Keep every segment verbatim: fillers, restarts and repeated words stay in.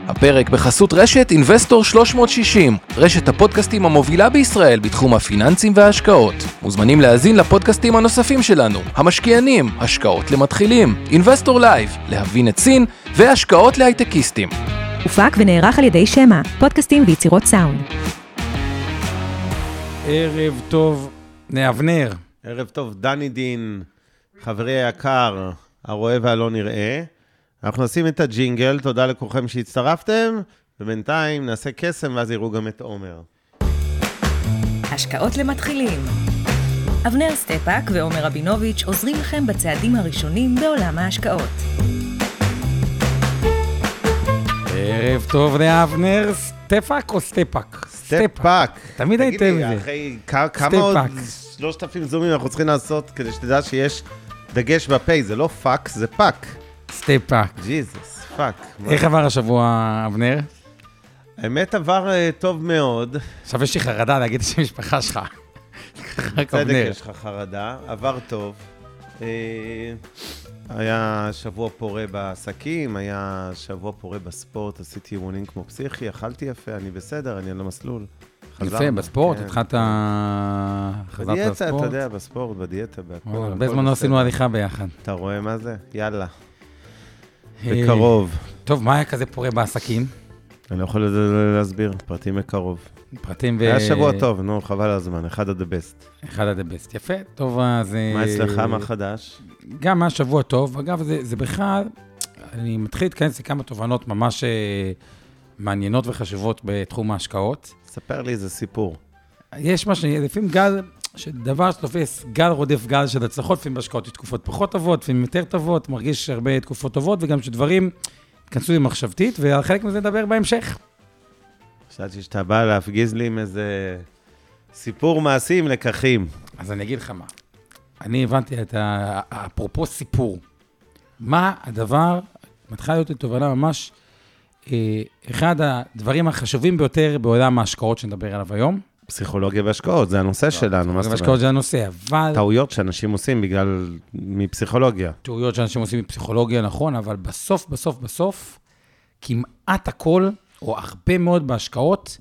הפרק בחסות רשת אינבסטור שלוש מאות שישים, רשת הפודקאסטים המובילה בישראל בתחום הפיננסים וההשקעות. מוזמנים להאזין לפודקאסטים הנוספים שלנו, המשקיענים, השקעות למתחילים, אינבסטור לייב, להבין את סין והשקעות להייטקיסטים. הופק ונערך על ידי שמה, פודקאסטים ויצירות סאונד. ערב טוב, נאבנר. ערב טוב, דני דין, חברי היקר, הרואה והלא נראה. אנחנו נשים את הג'ינגל, תודה לכולכם שהצטרפתם, ובינתיים נעשה קסם ואז יראו גם את עומר. השקעות למתחילים. אבנר סטפאק ועומר רבינוביץ' עוזרים לכם בצעדים הראשונים בעולם ההשקעות. ערב טוב, נאבנר. סטפאק או סטפאק? סטפאק. תמיד הייתם את זה. אחרי כמה עוד שלושת אלפים זומים אנחנו צריכים לעשות כדי שתדע שיש דגש בפה, זה לא פאק, זה פאק. סטפאק. ג'יזוס, פאק. איך עבר השבוע, אבנר? האמת עבר טוב מאוד. עכשיו יש לי חרדה להגיד את המשפחה שלך. צדק, יש לך חרדה, עבר טוב. היה שבוע פורה בעסקים, היה שבוע פורה בספורט, עשיתי אימונים כמו פסיכי, אכלתי יפה, אני בסדר, אני על המסלול. יפה, בספורט, התחלת חזרת בדיאטה, לספורט. אתה יודע, בספורט, בדיאטה, בהכל. הרבה זמן לא עשינו הליכה ביחד. אתה רואה מה זה? יאללה. בקרוב. טוב, מה היה כזה פורה בעסקים? אני לא יכול להסביר, פרטים מקרוב. פרטים ו... היה שבוע טוב, נו, חבל הזמן, אחד עד הבסט. אחד עד הבסט, יפה, טוב, אז... מה אצלך, מה חדש? גם היה שבוע טוב, אגב, זה, זה בכלל, אני מתחיל להתכנס לכמה תובנות ממש מעניינות וחשובות בתחום ההשקעות. ספר לי איזה סיפור. יש משהו, לפעמים גל, שדבר שתופס, גל רודף גל של הצלחות, לפעמים בהשקעות יש תקופות פחות טובות, לפעמים יותר טובות, מרגיש הרבה תקופות טובות, וגם שדברים התכנסו עם מחשבתית, ועל חלק מזה נדבר בהמשך. חשבתי שאתה בא להפגיז לי עם איזה סיפור מעשי עם לקחים. אז אני אגיד לך מה. אני הבנתי את ה... אפרופו סיפור. מה הדבר, מתחילה להיות לתובנה ממש, אה, אחד הדברים החשובים ביותר בעולם ההשקעות שנדבר עליו היום. פסיכולוגיה והשקעות, זה הנושא שלנו. פסיכולוגיה והשקעות זה הנושא, אבל... טעויות שאנשים עושים בגלל מפסיכולוגיה. טעויות שאנשים עושים מפסיכולוגיה, נכון, אבל בסוף, בסוף, בסוף, כמעט הכל, או הרבה מאוד בהשקעות,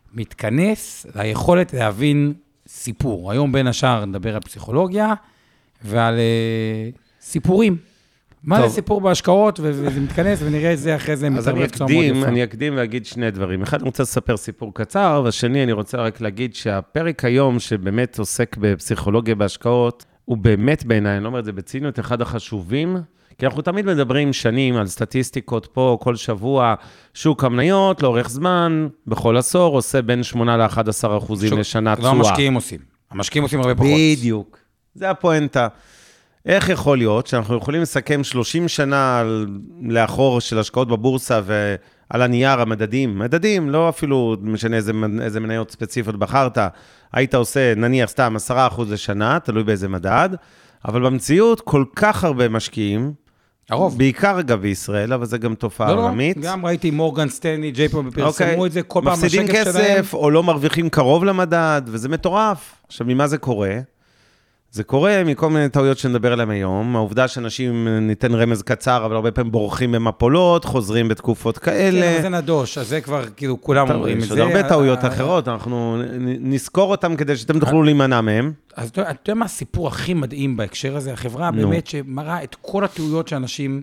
מתכנס ליכולת להבין סיפור. היום בין השאר נדבר על פסיכולוגיה ועל uh, סיפורים. מה זה סיפור בהשקעות, וזה מתכנס, ונראה את זה אחרי זה. אז אני אקדים, אני אקדים ואגיד שני דברים. אחד, אני רוצה לספר סיפור קצר, והשני, אני רוצה רק להגיד שהפרק היום, שבאמת עוסק בפסיכולוגיה בהשקעות, הוא באמת בעיניי, אני לא אומר את זה בציניות, אחד החשובים, כי אנחנו תמיד מדברים שנים על סטטיסטיקות פה, כל שבוע, שוק המניות, לאורך זמן, בכל עשור, עושה בין שמונה עד אחד עשר אחוזים לשנה תשואה. לא המשקיעים עושים. המשקיעים עושים הרבה פחות. בדיוק. זה הפואנטה. איך יכול להיות שאנחנו יכולים לסכם שלושים שנה לאחור של השקעות בבורסה ועל הנייר המדדים, מדדים, לא אפילו משנה איזה, איזה מניות ספציפיות בחרת, היית עושה נניח סתם עשרה אחוז לשנה, תלוי באיזה מדד, אבל במציאות כל כך הרבה משקיעים, הרוב. בעיקר אגב בישראל, אבל זה גם תופעה לא, עולמית. לא, גם ראיתי מורגן סטנלי, ג'יי פי פרסמו את זה, כל פעם מפסידים כסף או לא מרוויחים קרוב למדד, וזה מטורף. עכשיו, ממה זה קורה? זה קורה מכל מיני טעויות שנדבר עליהם היום, העובדה שאנשים ניתן רמז קצר, אבל הרבה פעמים בורחים במפולות, חוזרים בתקופות כאלה. כן, אבל זה נדוש, אז זה כבר, כאילו, כולם אומרים את זה. יש עוד הרבה טעויות אחרות, אנחנו נזכור אותם כדי שאתם תוכלו להימנע מהם. אז אתה יודע מה הסיפור הכי מדהים בהקשר הזה? החברה באמת שמראה את כל הטעויות שאנשים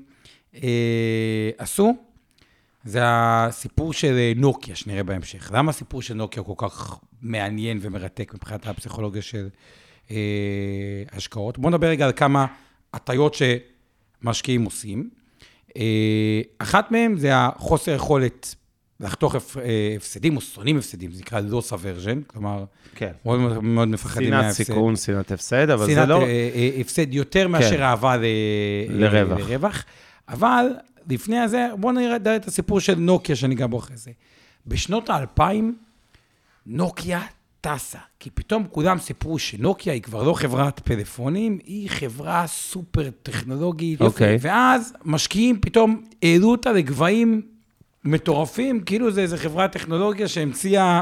עשו, זה הסיפור של נוקיה, שנראה בהמשך. למה הסיפור של נוקיה כל כך מעניין ומרתק מבחינת הפסיכולוגיה של... השקעות. בואו נדבר רגע על כמה הטעויות שמשקיעים עושים. אחת מהם זה החוסר יכולת לחתוך הפסדים, או שונאים הפסדים, זה נקרא loss aversion, כלומר, מאוד מאוד מפחדים מההפסד. שנאת סיכון, שנאת הפסד, אבל זה לא... שנאת הפסד יותר מאשר אהבה לרווח. אבל לפני הזה, בואו נראה את הסיפור של נוקיה, שאני גם בו אחרי זה. בשנות האלפיים, נוקיה טסה, כי פתאום כולם סיפרו שנוקיה היא כבר לא חברת פלאפונים, היא חברה סופר טכנולוגית, אוקיי. ואז משקיעים פתאום העלו אותה לגבהים מטורפים, כאילו זה איזו חברת טכנולוגיה שהמציאה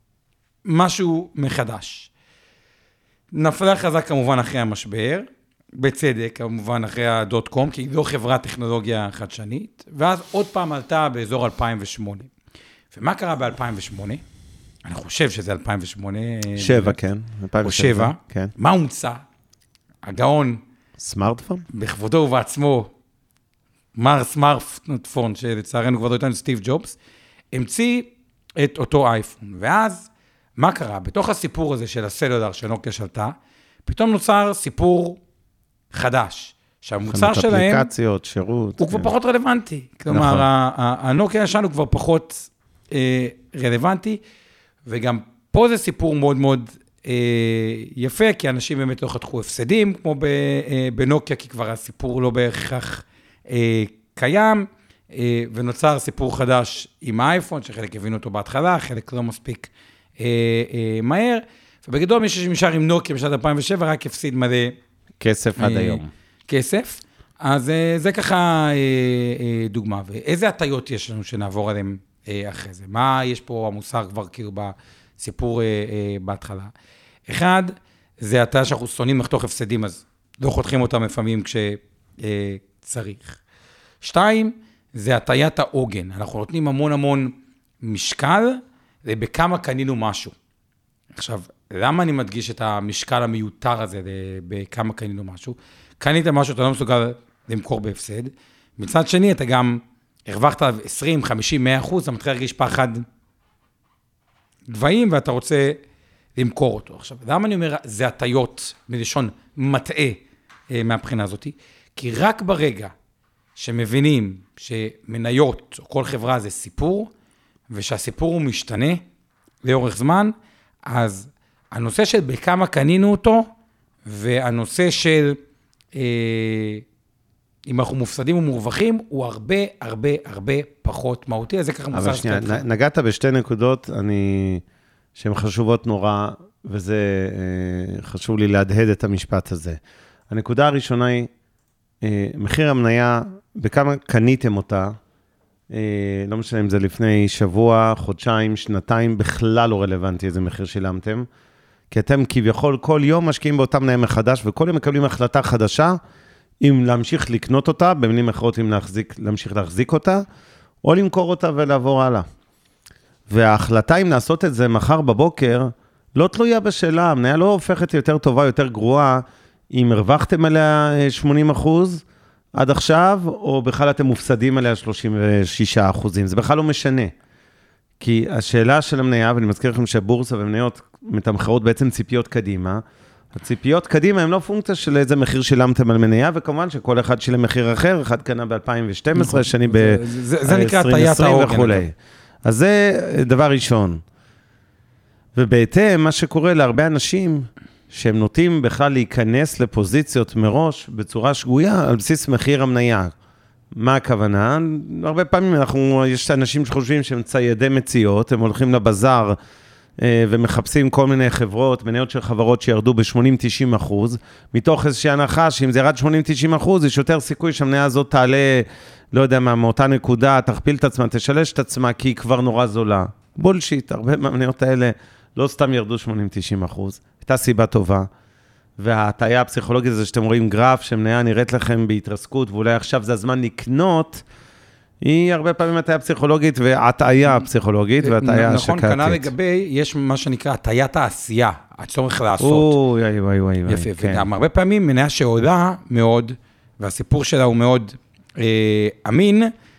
משהו מחדש. נפלה חזק כמובן אחרי המשבר, בצדק, כמובן, אחרי הדוט קום, כי היא לא חברת טכנולוגיה חדשנית, ואז עוד פעם עלתה באזור אלפיים ושמונה. ומה קרה ב-אלפיים ושמונה? אני חושב שזה אלפיים ושמונה. שבע, כן. או שבע. כן. מה הומצא? הגאון. סמארטפון? בכבודו ובעצמו, מר סמארטפון, שלצערנו כבר לא איתנו סטיב ג'ובס, המציא את אותו אייפון. ואז, מה קרה? בתוך הסיפור הזה של הסלולר שנוקיה שלטה, פתאום נוצר סיפור חדש, שהמוצר שלהם... אפליקציות, שירות. הוא כבר פחות רלוונטי. כלומר, הנוקיה ישן הוא כבר פחות רלוונטי, וגם פה זה סיפור מאוד מאוד יפה, כי אנשים באמת לא חתכו הפסדים, כמו בנוקיה, כי כבר הסיפור לא בהכרח קיים, ונוצר סיפור חדש עם האייפון, שחלק הבינו אותו בהתחלה, חלק לא מספיק מהר, ובגדול מי שנשאר עם נוקיה בשנת אלפיים ושבע, רק הפסיד מלא כסף עד היום. כסף. אז זה ככה דוגמה. ואיזה הטיות יש לנו שנעבור עליהם אחרי זה? מה יש פה המוסר כבר כאילו בסיפור בהתחלה? אחד, זה הטיה שאנחנו שונאים לחתוך הפסדים, אז לא חותכים אותם לפעמים כשצריך. שתיים, זה הטיית העוגן. אנחנו נותנים המון המון משקל, ובכמה קנינו משהו. עכשיו, למה אני מדגיש את המשקל המיותר הזה בכמה קנינו משהו? קנית משהו, אתה לא מסוגל למכור בהפסד. מצד שני, אתה גם הרווחת עשרים, חמישים, מאה אחוז, אתה מתחיל להרגיש פחד גבוהים, ואתה רוצה למכור אותו. עכשיו, למה אני אומר, זה הטיות מלשון מטעה מהבחינה הזאת? כי רק ברגע שמבינים שמניות או כל חברה זה סיפור, ושהסיפור הוא משתנה לאורך זמן, אז הנושא של בכמה קנינו אותו, והנושא של אה, אם אנחנו מופסדים ומורווחים, הוא הרבה, הרבה, הרבה פחות מהותי, אז זה ככה מוסר שנייה, נגעת בשתי נקודות, אני, שהן חשובות נורא, וזה אה, חשוב לי להדהד את המשפט הזה. הנקודה הראשונה היא, אה, מחיר המניה, בכמה קניתם אותה, אה, לא משנה אם זה לפני שבוע, חודשיים, שנתיים, בכלל לא רלוונטי איזה מחיר שילמתם, כי אתם כביכול כל יום משקיעים באותה מניה מחדש, וכל יום מקבלים החלטה חדשה, אם להמשיך לקנות אותה, במילים אחרות אם להחזיק, להמשיך להחזיק אותה, או למכור אותה ולעבור הלאה. וההחלטה אם לעשות את זה מחר בבוקר, לא תלויה בשאלה, המניה לא הופכת יותר טובה, יותר גרועה, אם הרווחתם עליה שמונים אחוז עד עכשיו, או בכלל אתם מופסדים עליה שלושים ושישה אחוזים, זה בכלל לא משנה. כי השאלה של המניה, ואני מזכיר לכם שהבורסה ומניות מתמחרות בעצם ציפיות קדימה, הציפיות קדימה הם לא פונקציה של איזה מחיר שילמתם על מניה, וכמובן שכל אחד שילם מחיר אחר, אחד קנה ב-אלפיים ושתים עשרה, שני ב-עשרים עשרים וכו'. אז זה דבר ראשון. ובהתאם, מה שקורה להרבה אנשים, שהם נוטים בכלל להיכנס לפוזיציות מראש, בצורה שגויה, על בסיס מחיר המניה. מה הכוונה? הרבה פעמים אנחנו, יש אנשים שחושבים שהם ציידי מציאות, הם הולכים לבזר, ומחפשים כל מיני חברות, מניות של חברות שירדו ב-שמונים תשעים אחוז, מתוך איזושהי הנחה שאם זה ירד שמונים תשעים אחוז, יש יותר סיכוי שהמניה הזאת תעלה, לא יודע מה, מאותה נקודה, תכפיל את עצמה, תשלש את עצמה, כי היא כבר נורא זולה. בולשיט, הרבה מהמניות האלה לא סתם ירדו שמונים תשעים אחוז, הייתה סיבה טובה, וההטעיה הפסיכולוגית זה שאתם רואים גרף, שמניה נראית לכם בהתרסקות, ואולי עכשיו זה הזמן לקנות, היא הרבה פעמים הטעיה פסיכולוגית והטעיה פסיכולוגית והטעיה השקעתית. נכון, כנ"ל לגבי, יש מה שנקרא הטעיית העשייה, הצורך לעשות. אוי, אוי, אוי, אוי. יפה, וגם הרבה פעמים מניה שעולה מאוד, והסיפור שלה הוא מאוד אמין,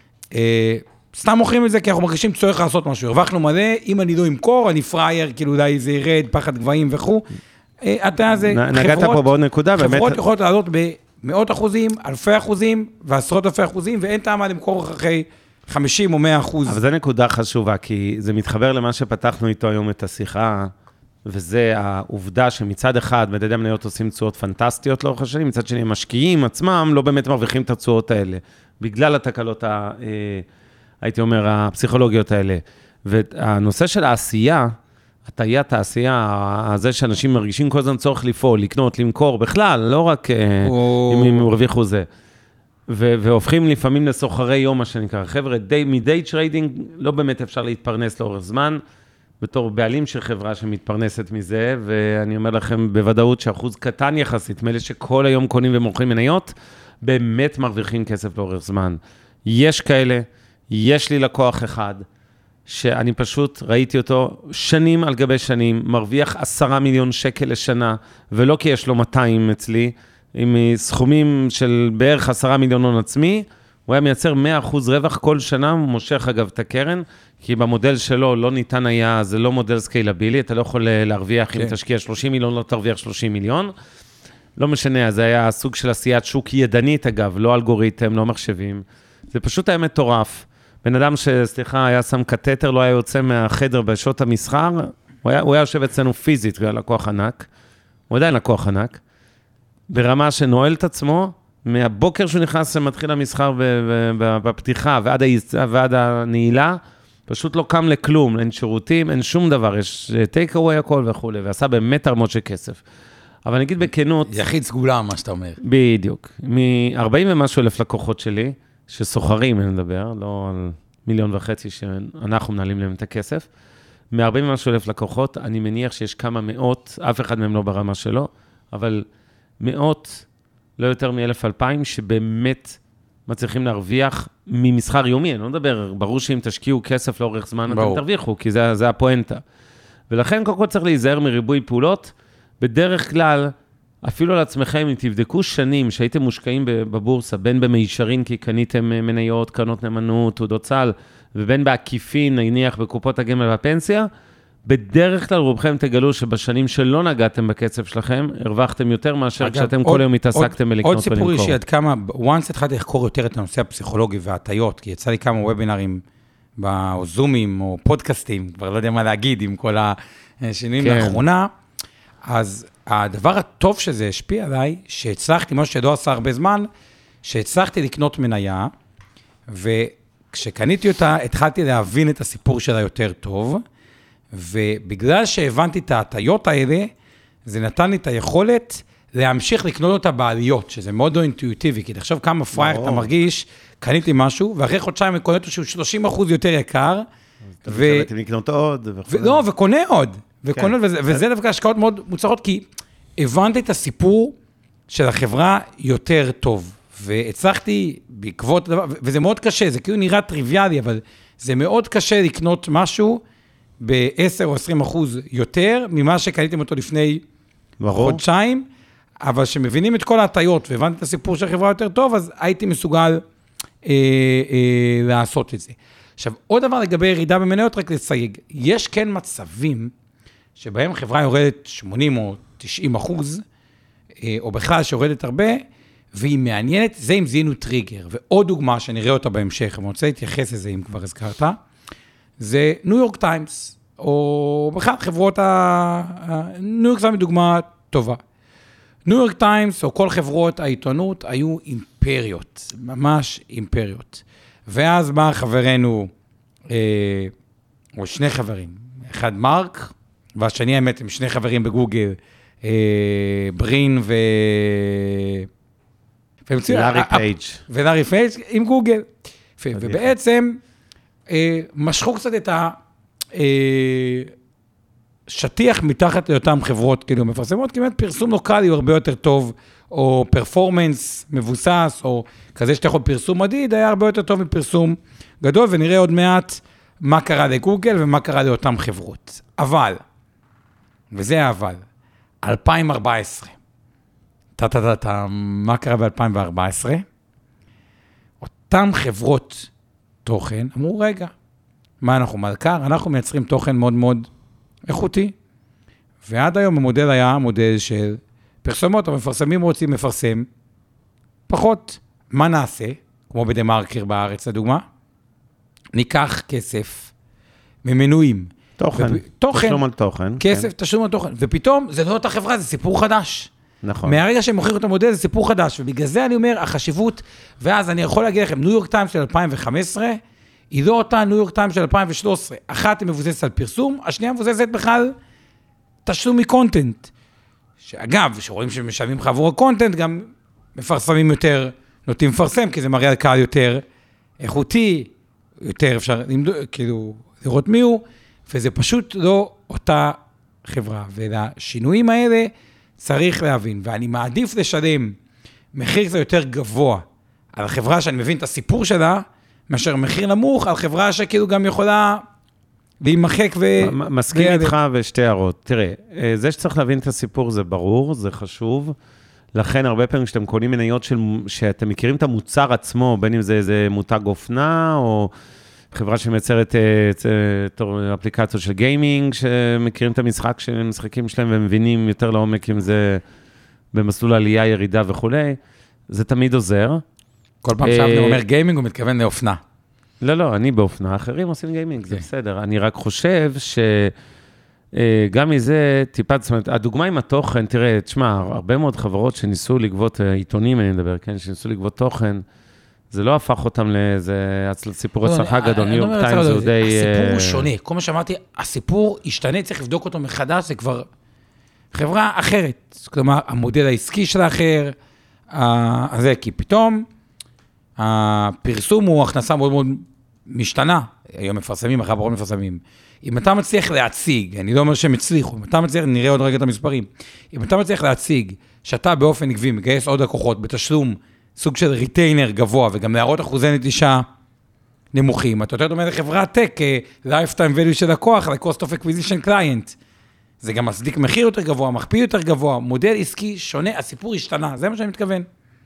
סתם מוכרים את זה כי אנחנו מרגישים צורך לעשות משהו. הרווחנו מלא, אם אני לא אמכור, אני פרייר, כאילו אולי זה ירד, פחד גבוהים וכו'. הטעיה זה חברות יכולות לעלות ב... מאות אחוזים, אלפי אחוזים, ועשרות אלפי אחוזים, ואין טעם למכור אחרי חמישים או מאה אחוז. אבל זו נקודה חשובה, כי זה מתחבר למה שפתחנו איתו היום את השיחה, וזה העובדה שמצד אחד, מדדי המניות עושים תשואות פנטסטיות לאורך השנים, מצד שני, המשקיעים עצמם לא באמת מרוויחים את התשואות האלה, בגלל התקלות, ה, הייתי אומר, הפסיכולוגיות האלה. והנושא של העשייה, הטעיית העשייה, זה שאנשים מרגישים כל הזמן צורך לפעול, לקנות, למכור, בכלל, לא רק אם הם הרוויחו זה. והופכים לפעמים לסוחרי יום, מה שנקרא. חבר'ה, מדי טריידינג, לא באמת אפשר להתפרנס לאורך זמן, בתור בעלים של חברה שמתפרנסת מזה, ואני אומר לכם בוודאות שאחוז קטן יחסית, מאלה שכל היום קונים ומוכרים מניות, באמת מרוויחים כסף לאורך זמן. יש כאלה, יש לי לקוח אחד, שאני פשוט ראיתי אותו שנים על גבי שנים, מרוויח עשרה מיליון שקל לשנה, ולא כי יש לו מאתיים אצלי, עם סכומים של בערך עשרה מיליון הון עצמי, הוא היה מייצר מאה אחוז רווח כל שנה, הוא מושך אגב את הקרן, כי במודל שלו לא ניתן היה, זה לא מודל סקיילבילי, אתה לא יכול להרוויח, כן. אם תשקיע שלושים מיליון, לא תרוויח שלושים מיליון, לא משנה, זה היה סוג של עשיית שוק ידנית אגב, לא אלגוריתם, לא מחשבים, זה פשוט היה מטורף, בן אדם שסליחה, היה שם קטטר, לא היה יוצא מהחדר בשעות המסחר, הוא היה, הוא היה יושב אצלנו פיזית, הוא היה לקוח ענק, הוא עדיין לקוח ענק, ברמה שנועל את עצמו, מהבוקר שהוא נכנס למתחיל המסחר בפתיחה ועד, ועד הנעילה, פשוט לא קם לכלום, אין שירותים, אין שום דבר, יש טייק אווי הכל וכו', ועשה באמת הרמות של כסף. אבל נגיד בכנות... יחיד סגולה, מה שאתה אומר. בדיוק. מ-ארבעים ומשהו אלף לקוחות שלי, שסוחרים, אני מדבר, לא על מיליון וחצי שאנחנו מנהלים להם את הכסף, מ-ארבעים ומשהו אלף לקוחות, אני מניח שיש כמה מאות, אף אחד מהם לא ברמה שלו, אבל מאות, לא יותר מ-אלף אלפיים, שבאמת מצליחים להרוויח ממסחר יומי. אני לא מדבר, ברור שאם תשקיעו כסף לאורך זמן, אתם תרוויחו, כי זה, זה הפואנטה. ולכן כל כך צריך להיזהר מריבוי פעולות. בדרך כלל, אפילו לעצמכם, אם תבדקו שנים שהייתם מושקעים בבורסה, בין במישרין כי קניתם מניות, קרנות נאמנות, תעודות סל, ובין בעקיפין, נניח בקופות הגמל והפנסיה, בדרך כלל רובכם תגלו שבשנים שלא נגעתם בקצב שלכם, הרווחתם יותר מאשר כשאתם כל היום התעסקתם בלקנות ולמכור. עוד סיפור אישי עד כמה, once התחלתי לחקור יותר את הנושא הפסיכולוגי וההטיות, כי יצא לי כמה וובינרים, או זומים, או פודקאסטים, כבר לא יודע מה להגיד עם כל השינויים לאחרונה, אז הדבר הטוב שזה השפיע עליי, שהצלחתי, משהו שלא עשה הרבה זמן, שהצלחתי לקנות מניה, וכשקניתי אותה, התחלתי להבין את הסיפור שלה יותר טוב, ובגלל שהבנתי את ההטיות האלה, זה נתן לי את היכולת להמשיך לקנות אותה בעליות, שזה מאוד לא אינטואיטיבי, כי עכשיו כמה פרייר אתה מרגיש, קניתי משהו, ואחרי חודשיים אני קונה אותו שהוא שלושים אחוז יותר יקר. אתה מתכוון לקנות עוד. לא, וקונה עוד. וזה דווקא השקעות מאוד מוצלחות, כי הבנתי את הסיפור של החברה יותר טוב, והצלחתי בעקבות הדבר, וזה מאוד קשה, זה כאילו נראה טריוויאלי, אבל זה מאוד קשה לקנות משהו, ב-עשרה או עשרים אחוז יותר, ממה שקניתם אותו לפני חודשיים, אבל שמבינים את כל ההטיות, והבנתי את הסיפור של החברה יותר טוב, אז הייתי מסוגל אה, אה, לעשות את זה. עכשיו, עוד דבר לגבי ירידה במניות, רק לסייג, יש כן מצבים, שבהם חברה יורדת שמונים או תשעים אחוז, אה, או בכלל שיורדת הרבה, והיא מעניינת, זה אם זיהינו טריגר, ועוד דוגמה שנראה אותה בהמשך, אני רוצה להתייחס לזה אם כבר הזכרת, זה ניו יורק טיימס, או בכלל חברות ה... ניו יורק טיימס היא דוגמה טובה. ניו יורק טיימס, או כל חברות העיתונות, היו אימפריות, ממש אימפריות. ואז בא חברנו, אה, או שני חברים, אחד מרק, והשני האמת הם שני חברים בגוגל, אה, ברין ו... ולארי פייג'. ולארי פייג' עם גוגל. ובעצם... משכו קצת את השטיח מתחת לאותן חברות כאילו מפרסמות, כי באמת פרסום לוקלי הוא הרבה יותר טוב, או פרפורמנס מבוסס, או כזה שאתה יכול פרסום מדיד, היה הרבה יותר טוב מפרסום גדול, ונראה עוד מעט מה קרה לגוגל ומה קרה לאותן חברות. אבל, וזה אבל, אלפיים וארבע עשרה, טה-טה-טה, מה קרה ב-אלפיים וארבע עשרה? אותן חברות תוכן, אמרו, רגע, מה אנחנו מלכר? אנחנו מייצרים תוכן מאוד מאוד איכותי, ועד היום המודל היה מודל של פרסומות, המפרסמים רוצים לפרסם פחות. מה נעשה? כמו בדה מרקר בארץ, לדוגמה, ניקח כסף ממנויים. תוכן, ופ... תוכן, תשלום על תוכן. כסף, כן. תשלום על תוכן, ופתאום זה לא אותה חברה, זה סיפור חדש. נכון. מהרגע שהם מוכרים את המודל, זה סיפור חדש, ובגלל זה אני אומר, החשיבות, ואז אני יכול להגיד לכם, ניו יורק טיימס של אלפיים וחמש עשרה, היא לא אותה ניו יורק טיימס של אלפיים ושלוש עשרה, אחת היא מבוססת על פרסום, השנייה מבוססת בכלל תשלום מקונטנט, שאגב, שרואים שמשלמים לך עבור הקונטנט, גם מפרסמים יותר, נוטים לפרסם, כי זה מראה על קהל יותר איכותי, יותר אפשר כאילו לראות מי הוא, וזה פשוט לא אותה חברה, ולשינויים האלה צריך להבין, ואני מעדיף לשלם מחיר קצת יותר גבוה על החברה שאני מבין את הסיפור שלה, מאשר מחיר נמוך על חברה שכאילו גם יכולה להימחק ו... מסכים איתך ושתי הערות. תראה, זה שצריך להבין את הסיפור זה ברור, זה חשוב, לכן הרבה פעמים כשאתם קונים מניות של... שאתם מכירים את המוצר עצמו, בין אם זה איזה מותג אופנה, או חברה שמייצרת אפליקציות של גיימינג, שמכירים את המשחק של המשחקים שלהם, ומבינים יותר לעומק אם זה במסלול עלייה, ירידה וכו'. זה תמיד עוזר. כל פעם שאבנר אומר גיימינג, הוא מתכוון לאופנה. לא, לא, אני באופנה, אחרים עושים גיימינג, זה בסדר. אני רק חושב שגם מזה טיפה, זאת אומרת, הדוגמה עם התוכן, תראה, תשמע, הרבה מאוד חברות שניסו לגבות, עיתונים אני מדבר, כן, שניסו לגבות תוכן, זה לא הפך אותם לאיזה סיפור הצלחה גדול, ניו יורק טיימס זה די... הסיפור הוא שונה, כל מה שאמרתי, הסיפור השתנה, צריך לבדוק אותו מחדש, זה כבר חברה אחרת, כלומר, המודל העסקי של האחר, הזה, כי פתאום, הפרסום הוא הכנסה מאוד מאוד משתנה, היום מפרסמים, אחרי הפרעות מפרסמים. אם אתה מצליח להציג, אני לא אומר שהם הצליחו, אם אתה מצליח, נראה עוד רגע את המספרים, אם אתה מצליח להציג שאתה באופן עקבי מגייס עוד לקוחות בתשלום, סוג של ריטיינר גבוה, וגם להראות אחוזי נטישה נמוכים, אתה יותר דומה לחברת טק, lifetime value של לקוח, ל-cost of acquisition client. זה גם מצדיק מחיר יותר גבוה, מכפיל יותר גבוה, מודל עסקי שונה, הסיפור השתנה, זה מה שאני מתכוון.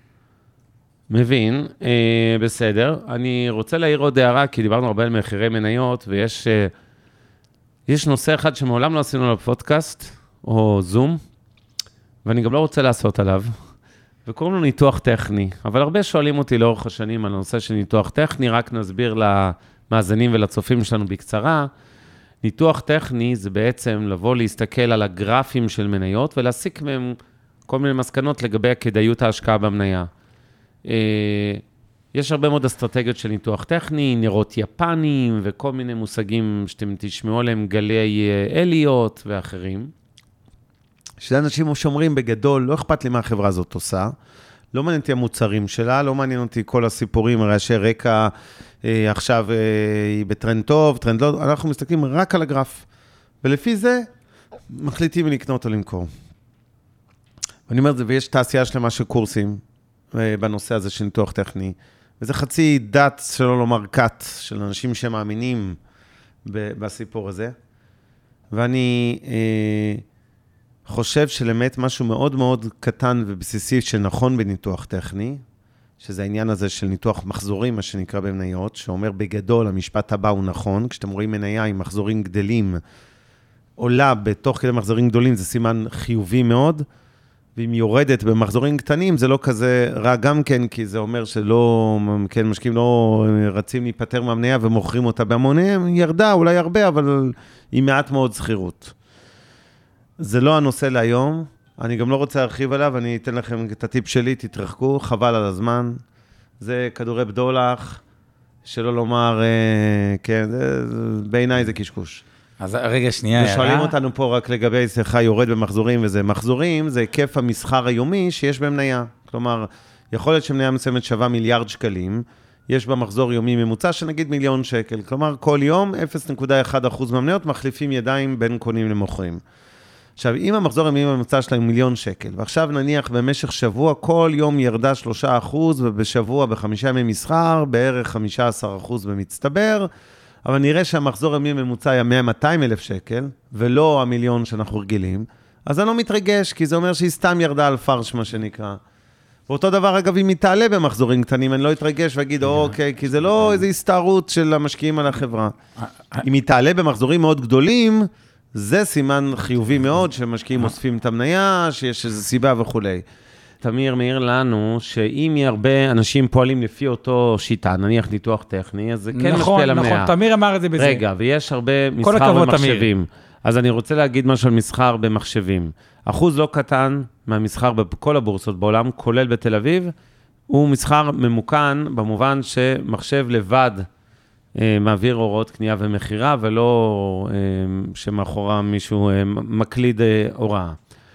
מבין, אה, בסדר. אני רוצה להעיר עוד הערה, כי דיברנו הרבה על מחירי מניות, ויש אה, יש נושא אחד שמעולם לא עשינו עליו פודקאסט, או זום, ואני גם לא רוצה לעשות עליו, וקוראים לו ניתוח טכני, אבל הרבה שואלים אותי לאורך השנים על הנושא של ניתוח טכני, רק נסביר למאזינים ולצופים שלנו בקצרה. ניתוח טכני זה בעצם לבוא להסתכל על הגרפים של מניות, ולהסיק מהם כל מיני מסקנות לגבי הכדאיות ההשקעה במניה. יש הרבה מאוד אסטרטגיות של ניתוח טכני, נרות יפנים וכל מיני מושגים שאתם תשמעו עליהם, גלי אליות ואחרים. שזה אנשים שאומרים בגדול, לא אכפת לי מה החברה הזאת עושה, לא מעניין אותי המוצרים שלה, לא מעניין אותי כל הסיפורים, רעשי רקע, אה, עכשיו אה, היא בטרנד טוב, טרנד לא, אנחנו מסתכלים רק על הגרף, ולפי זה מחליטים לקנות או למכור. ואני אומר את זה, ויש תעשייה שלמה של קורסים, בנושא הזה של ניתוח טכני, וזה חצי דת, שלא לומר קאט, של אנשים שמאמינים בסיפור הזה, ואני אה, חושב שלמת משהו מאוד מאוד קטן ובסיסי שנכון בניתוח טכני, שזה העניין הזה של ניתוח מחזורים, מה שנקרא במניות, שאומר בגדול, המשפט הבא הוא נכון, כשאתם רואים מניה עם מחזורים גדלים, עולה בתוך כדי מחזורים גדולים, זה סימן חיובי מאוד, ואם יורדת במחזורים קטנים, זה לא כזה רע גם כן, כי זה אומר שלא, כן, משקיעים לא רצים להיפטר מהמניה ומוכרים אותה בהמוניהם, ירדה אולי הרבה, אבל היא מעט מאוד זכירות. זה לא הנושא להיום, אני גם לא רוצה להרחיב עליו, אני אתן לכם את הטיפ שלי, תתרחקו, חבל על הזמן. זה כדורי בדולח, שלא לומר, כן, זה, בעיניי זה קשקוש. אז רגע שנייה. ושואלים אותנו פה רק לגבי שיחה יורד במחזורים, וזה מחזורים, זה היקף המסחר היומי שיש במניה. כלומר, יכול להיות שמניה מסוימת שווה מיליארד שקלים, יש בה מחזור יומי ממוצע שנגיד מיליון שקל. כלומר, כל יום אפס נקודה אחת אחוז מהמניות מחליפים ידיים בין קונים למוכרים. עכשיו, אם המחזור היומי ממוצע שלהם מיליון שקל, ועכשיו נניח במשך שבוע, כל יום ירדה שלושה אחוז, ובשבוע בחמישה ימי מסחר, בערך חמישה עשר אחוז במצטבר, אבל נראה שהמחזור היומי ממוצע היה מאה מאתיים אלף שקל, ולא המיליון שאנחנו רגילים, אז אני לא מתרגש, כי זה אומר שהיא סתם ירדה על פרש, מה שנקרא. ואותו דבר, אגב, אם היא תעלה במחזורים קטנים, אני לא אתרגש ואגיד, אוקיי, כי זה לא איזו הסתערות של המשקיעים על החברה. אם היא תעלה במחזורים מאוד גדולים, זה סימן חיובי מאוד, שמשקיעים אוספים את המניה, שיש איזו סיבה וכו'. תמיר מעיר לנו, שאם יהיה הרבה אנשים פועלים לפי אותו שיטה, נניח ניתוח טכני, אז זה כן משפיע על המניה. נכון, נכון, תמיר אמר את זה בזה. רגע, ויש הרבה מסחר במחשבים. אז אני רוצה להגיד משהו על מסחר במחשבים. אחוז לא קטן מהמסחר בכל הבורסות בעולם, כולל בתל אביב, הוא מסחר ממוקן, במובן שמחשב לבד מעביר הוראות קנייה ומחירה, ולא שמאחורה מישהו מקליד הוראה.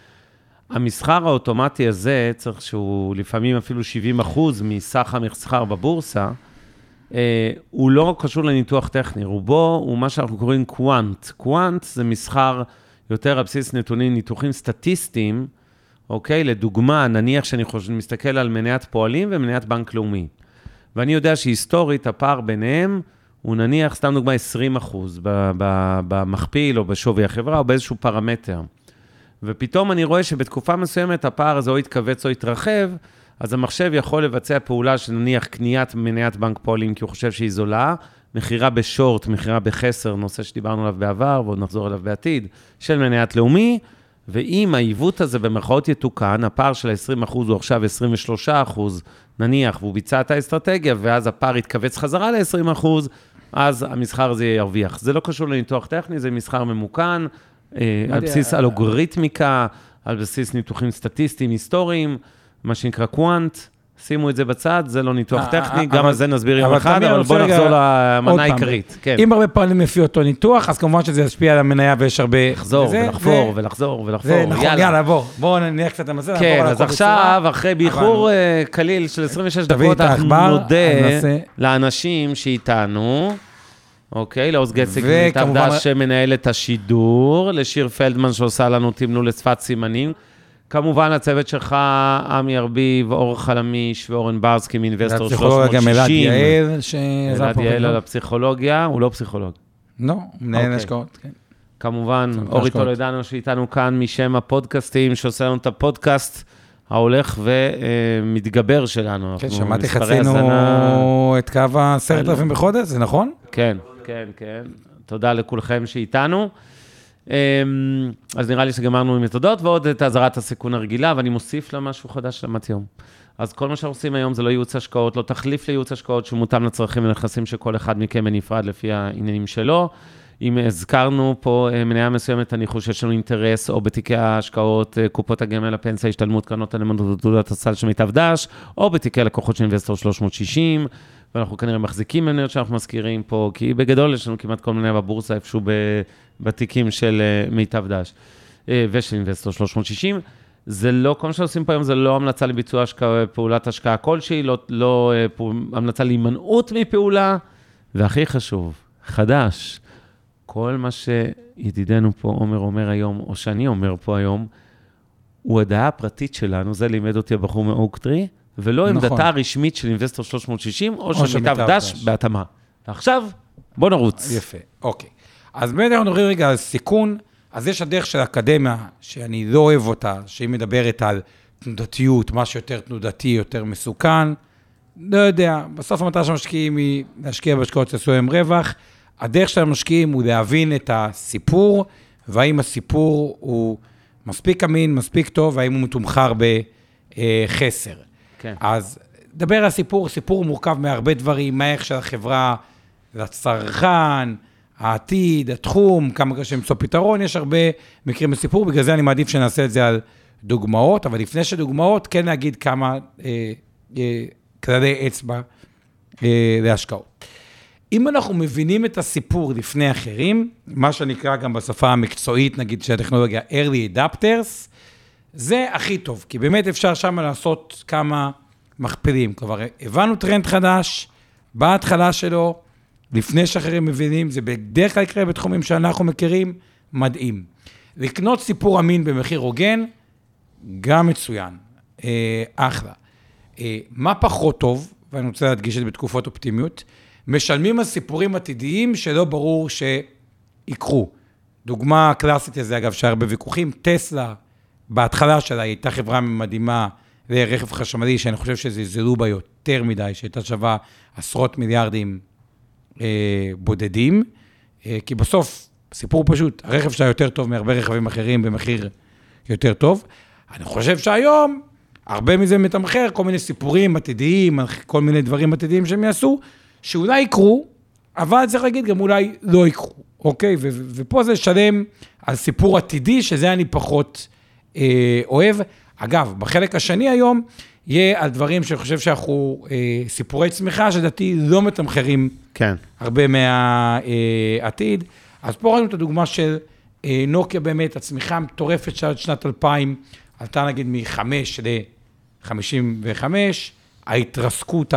המסחר האוטומטי הזה, צריך שהוא לפעמים אפילו שבעים אחוז מסך המסחר בבורסה, הוא לא קשור לניתוח טכני, רובו הוא מה שאנחנו קוראים קוואנט. קוואנט זה מסחר יותר על בסיס נתונים, ניתוחים סטטיסטיים, אוקיי? לדוגמה, נניח שאני חושב, מסתכל על מניית פועלים ומניית בנק לאומי. ואני יודע שהיסטורית הפער ביניהם, הוא נניח, סתם דוגמה, עשרים אחוז במכפיל או בשווי החברה או באיזשהו פרמטר. ופתאום אני רואה שבתקופה מסוימת הפער הזה או יתכווץ או יתרחב, אז המחשב יכול לבצע פעולה שנניח קניית מניית בנק פועלים, כי הוא חושב שהיא זולה, מחירה בשורט, מחירה בחסר, נושא שדיברנו עליו בעבר, ועוד נחזור עליו בעתיד, של מניית לאומי, ואם העיוות הזה במרכאות יתוקן, הפער של ה-עשרים אחוז הוא עכשיו עשרים ושלושה אחוז, נניח, והוא ביצע את האסטרטגיה, ואז הפער יתכווץ חזרה ל-עשרים אחוז, אז המסחר הזה ירוויח. זה לא קשור לניתוח טכני, זה מסחר ממוכן, על בסיס אלגוריתמיקה, על בסיס ניתוחים סטטיסטיים, היסטוריים, מה שנקרא קוואנט, שימו את זה בצד, זה לא ניתוח טכני, גם על זה נסביר יום אחד, אבל בואו נחזור למנה העיקרית. אם הרבה פעמים לפי אותו ניתוח, אז כמובן שזה ישפיע על המניה ויש הרבה... לחזור ולחפור ולחזור ולחפור, יאללה, בואו, בואו נניח קצת למסע. כן, אז עכשיו, אחרי באיחור קליל של עשרים ושש דקות, אנחנו נודה לאנשים שאיתנו, אוקיי, לעוז גצק מיטב דש שמנהל את השידור, לשיר פלדמן שעושה לנו תמלול לשפת סימנים, כמובן, הצוות שלך, עמי ארביב, אור חלמיש ואורן ברסקי מאינבסטור שלוש מאות שישים. גם אלעד יעל, שעזר פה. אלעד יעל על הפסיכולוגיה, הוא לא פסיכולוג. לא, מנהל השקעות, כן. כמובן, אורי טולדנו שאיתנו כאן משם הפודקאסטים, שעושה לנו את הפודקאסט ההולך ומתגבר שלנו. כן, שמעתי חצינו את קו עשרת אלפים בחודש, זה נכון? כן, כן, כן. תודה לכולכם שאיתנו. אז נראה לי שגמרנו עם מתודות, ועוד את עזרת הסיכון הרגילה, ואני מוסיף לה משהו חדש למד יום. אז כל מה שאנחנו עושים היום זה לא ייעוץ השקעות, לא תחליף לייעוץ השקעות שמותאם לצרכים ונכסים שכל אחד מכם בנפרד לפי העניינים שלו. אם הזכרנו פה מניה מסוימת, אני חושב שיש לנו אינטרס, או בתיקי ההשקעות, קופות הגמל, הפנסיה, השתלמות, קרנות הנאמנות, תעודת הסל של מיטב דש, או בתיקי הלקוחות של אינבסטור שלוש מאות שישים, ואנחנו כנראה מחזיקים מניות שאנחנו מזכירים פה, כי בגדול יש לנו כמעט כל מניה בבורסה, איפשהו בתיקים של מיטב דש, ושל אינבסטור שלוש מאות שישים. זה לא, כל מה שעושים פה היום, זה לא המלצה לביצוע השקעה, פעולת השקעה כלשהי, לא, לא המלצה להימנעות מפעולה, והכי חשוב, חדש, כל מה שידידנו פה עומר אומר היום, או שאני אומר פה היום, הוא הדעה הפרטית שלנו, זה לימד אותי הבחור מאוקטרי, ולא נכון. עמדתה הרשמית של אינבסטור שלוש מאות שישים, או, או של מיטב דש, דש בהתאמה. ועכשיו, בוא נרוץ. יפה, אוקיי. אז באמת אנחנו נראים רגע על סיכון, אז יש הדרך של האקדמיה, שאני לא אוהב אותה, שהיא מדברת על תנודתיות, משהו יותר תנודתי, יותר מסוכן, לא יודע, בסוף המטרה של המשקיעים היא להשקיע בהשקעות שעשו להם רווח, הדרך של המשקיעים הוא להבין את הסיפור, והאם הסיפור הוא מספיק אמין, מספיק טוב, והאם הוא מתומחר בחסר. כן. אז דבר על הסיפור, סיפור מורכב מהרבה דברים, מה איך של החברה לצרכן, העתיד, התחום, כמה קשה למצוא פתרון, יש הרבה מקרים בסיפור, בגלל זה אני מעדיף שנעשה את זה על דוגמאות, אבל לפני שדוגמאות, כן להגיד כמה אה, אה, כללי אצבע אה, להשקעות. אם אנחנו מבינים את הסיפור לפני אחרים, מה שנקרא גם בשפה המקצועית, נגיד של הטכנולוגיה early adapters, זה הכי טוב, כי באמת אפשר שם לעשות כמה מכפילים. כבר הבנו טרנד חדש, בהתחלה שלו, לפני שאחרים מבינים, זה בדרך כלל יקרה בתחומים שאנחנו מכירים, מדהים. לקנות סיפור אמין במחיר הוגן, גם מצוין, אה, אחלה. אה, מה פחות טוב, ואני רוצה להדגיש את זה בתקופות אופטימיות, משלמים על סיפורים עתידיים שלא ברור שיקרו. דוגמה קלאסית לזה, אגב, שהרבה ויכוחים, טסלה, בהתחלה שלה, היא הייתה חברה מדהימה לרכב חשמלי, שאני חושב שזה זלו בה יותר מדי, שהייתה שווה עשרות מיליארדים אה, בודדים, אה, כי בסוף, סיפור פשוט, הרכב שלה יותר טוב מהרבה רכבים אחרים במחיר יותר טוב. אני חושב שהיום, הרבה מזה מתמחר, כל מיני סיפורים עתידיים, כל מיני דברים עתידיים שהם יעשו, שאולי יקרו, אבל צריך להגיד גם אולי לא יקרו, אוקיי? ו- ו- ופה זה שלם על סיפור עתידי, שזה אני פחות אה, אוהב. אגב, בחלק השני היום, יהיה על דברים שאני חושב שאנחנו אה, סיפורי צמיחה, שדעתי לא מתמחרים כן. הרבה מהעתיד. אז פה ראינו את הדוגמה של אה, נוקיה באמת, הצמיחה המטורפת של שנת אלפיים, עלתה נגיד מ-חמש ל-חמישים וחמש, ההתרסקות ה...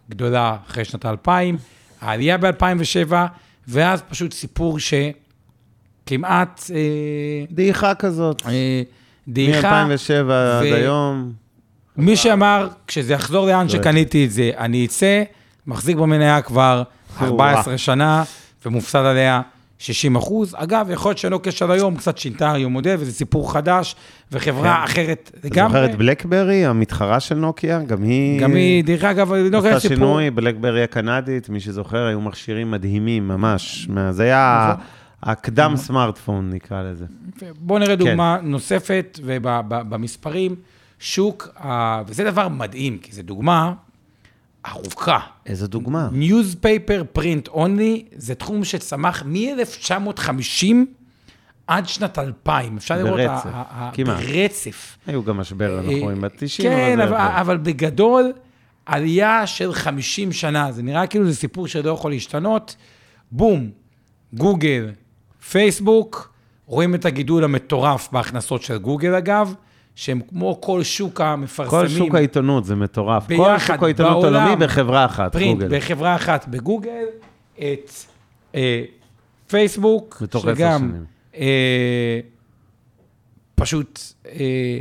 גדולה אחרי שנת האלפיים, העלייה ב-אלפיים ושבע, ואז פשוט סיפור שכמעט... דעיכה כזאת. דעיכה. מ-אלפיים ושבע עד היום. מי שאמר, כשזה יחזור לאן שקניתי את זה, אני אצא, מחזיק במניה כבר ארבע עשרה שנה, ומופסד עליה שישים אחוז. אגב, יכול להיות שנוקיה של היום קצת שינתה היום מודל, וזה סיפור חדש, וחברה אחרת לגמרי. זוכרת בלקברי, המתחרה של נוקיה, גם היא... גם היא, דרך אגב, נוקיה עשתה שינוי, בלקברי הקנדית, מי שזוכר, היו מכשירים מדהימים, ממש. זה היה הקדם סמארטפון, נקרא לזה. בואו נראה דוגמה נוספת, ובמספרים, שוק, וזה דבר מדהים, כי זו דוגמה ארוכה. איזו דוגמה? Newspaper print only, זה תחום שצמח מ-אלף תשע מאות וחמישים עד שנת אלפיים. אפשר לראות... ברצף, כמעט. ברצף. היו גם משבר, אנחנו רואים ב-תשעים. כן, אבל, אבל בגדול, עלייה של חמישים שנה, זה נראה כאילו זה סיפור שלא יכול להשתנות. בום, גוגל, פייסבוק, רואים את הגידול המטורף בהכנסות של גוגל אגב, שהם כמו כל שוק המפרסמים. כל שוק העיתונות, זה מטורף. ביחד, כל שוק העיתונות עולמי בחברה אחת, פרינט, גוגל. בחברה אחת בגוגל, את אה, פייסבוק, שגם אה, פשוט אה,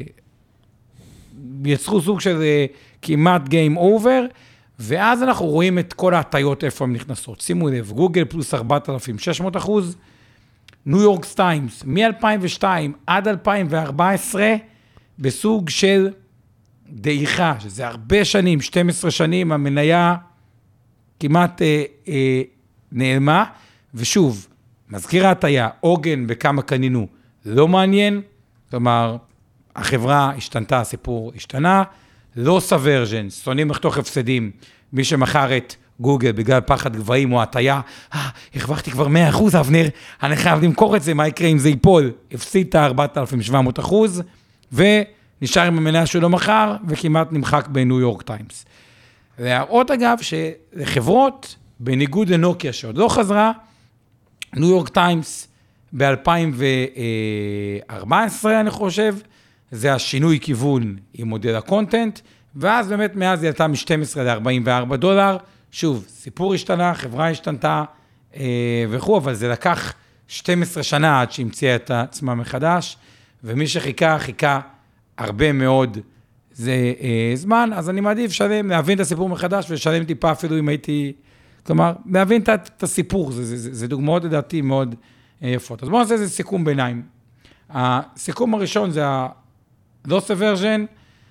יצרו סוג של אה, כמעט game over, ואז אנחנו רואים את כל ההטיות איפה הן נכנסות. שימו לב, גוגל פלוס ארבעת אלפים ושש מאות אחוז, ניו יורק טיימס, מ-אלפיים ושתיים עד אלפיים וארבע עשרה, בסוג של דעיכה, שזה הרבה שנים, שתים עשרה שנים, המניה כמעט אה, אה, נעלמה, ושוב, מזכיר ההטיה, עוגן בכמה קנינו, לא מעניין, כלומר, החברה השתנתה, הסיפור השתנה, לא סוורז'ן, שונאים לחתוך הפסדים, מי שמכר את גוגל בגלל פחד גבהים או הטיה, אה, הרווחתי כבר מאה אחוז, אבנר, אני חייב למכור את זה, מה יקרה אם זה ייפול? הפסיד את ארבעת אלפים ושבע מאות אחוז, ונשאר עם המניה שלו מחר, וכמעט נמחק בניו יורק טיימס. להראות אגב, שלחברות, בניגוד לנוקיה שעוד לא חזרה, ניו יורק טיימס ב-אלפיים וארבע עשרה, אני חושב, זה השינוי כיוון עם מודל הקונטנט, ואז באמת מאז היא עלתה מ-שתים עשרה ל-ארבעים וארבעה דולר, שוב, סיפור השתנה, חברה השתנתה אה, וכו', אבל זה לקח שתים עשרה שנה עד שהמציאה את עצמה מחדש, ומי שחיכה, חיכה הרבה מאוד זה אה, זמן, אז אני מעדיף שלם, להבין את הסיפור מחדש, ושלם טיפה אפילו אם הייתי, כלומר, להבין את, את הסיפור, זה, זה, זה, זה דוגמאות לדעתי מאוד אה, יפות. אז בואו נעשה איזה סיכום ביניים. הסיכום הראשון זה ה-loss aversion,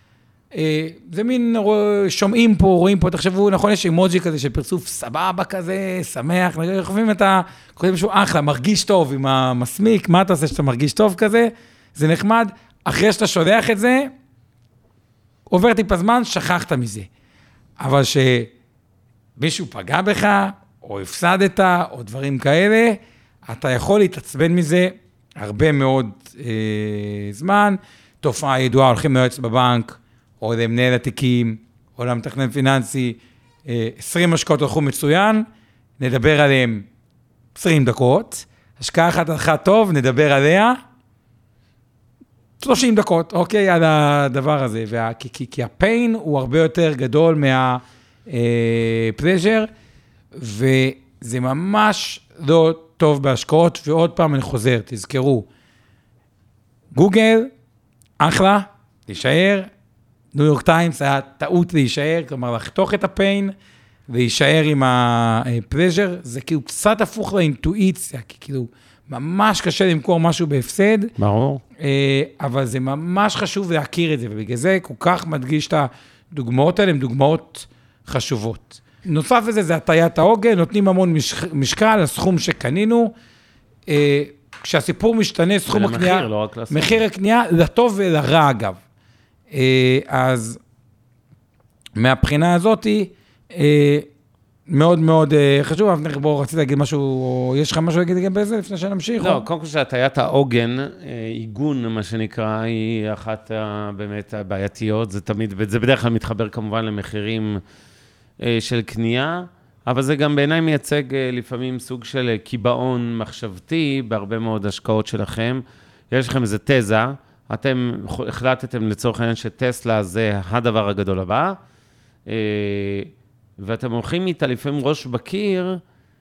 זה מין, שומעים פה, רואים פה, תחשבו, נכון, יש אימוג'י כזה של פרצוף סבבה כזה, שמח, חושבים את ה... קוראים שהוא אחלה, מרגיש טוב עם המסמיק, מה אתה עושה שאתה מרגיש טוב כזה? זה נחמד, אחרי שאתה שולח את זה, עובר טיפה זמן, שכחת מזה. אבל שמישהו פגע בך, או הפסדת, או דברים כאלה, אתה יכול להתעצבן מזה הרבה מאוד אה, זמן, תופעה ידועה, הולכים ליועץ בבנק, או למנהל התיקים, או למתכנן פיננסי, עשרים השקעות הלכו מצוין, נדבר עליהם עשרים דקות, השקעה אחת הלכה טוב, נדבר עליה שלושים דקות, אוקיי, על הדבר הזה, וה, כי, כי, כי הפיין הוא הרבה יותר גדול מהפלז'ר, וזה ממש לא טוב בהשקעות, ועוד פעם אני חוזר, תזכרו, גוגל, אחלה, תישאר, ניו יורק טיימס היה טעות להישאר, כלומר לחתוך את הפיין, להישאר עם הפלז'ר, זה כאילו קצת הפוך לאינטואיציה, כי כאילו ממש קשה למכור משהו בהפסד. ברור. אבל זה ממש חשוב להכיר את זה, ובגלל זה כל כך מדגיש את הדוגמאות האלה, הן דוגמאות חשובות. נוסף לזה, זה הטיית העוגן, נותנים המון משקל לסכום שקנינו, כשהסיפור משתנה, סכום הקנייה, לא רק לסכום. מחיר הקנייה, לטוב ולרע אגב. אז מהבחינה הזאת, מאוד מאוד חשוב, אבל בואו רציתי להגיד משהו, או יש לך משהו להגיד גם בזה, לפני שנמשיך? לא, קודם כל שהטיית העוגן, עיגון, מה שנקרא, היא אחת באמת הבעייתיות, זה תמיד, וזה בדרך כלל מתחבר כמובן למחירים של קנייה, אבל זה גם בעיניי מייצג לפעמים סוג של קיבעון מחשבתי, בהרבה מאוד השקעות שלכם. יש לכם איזה תזה, אתם החלטתם לצורך העניין שטסלה זה הדבר הגדול הבא, ואתם הולכים איתה לפעמים ראש בקיר,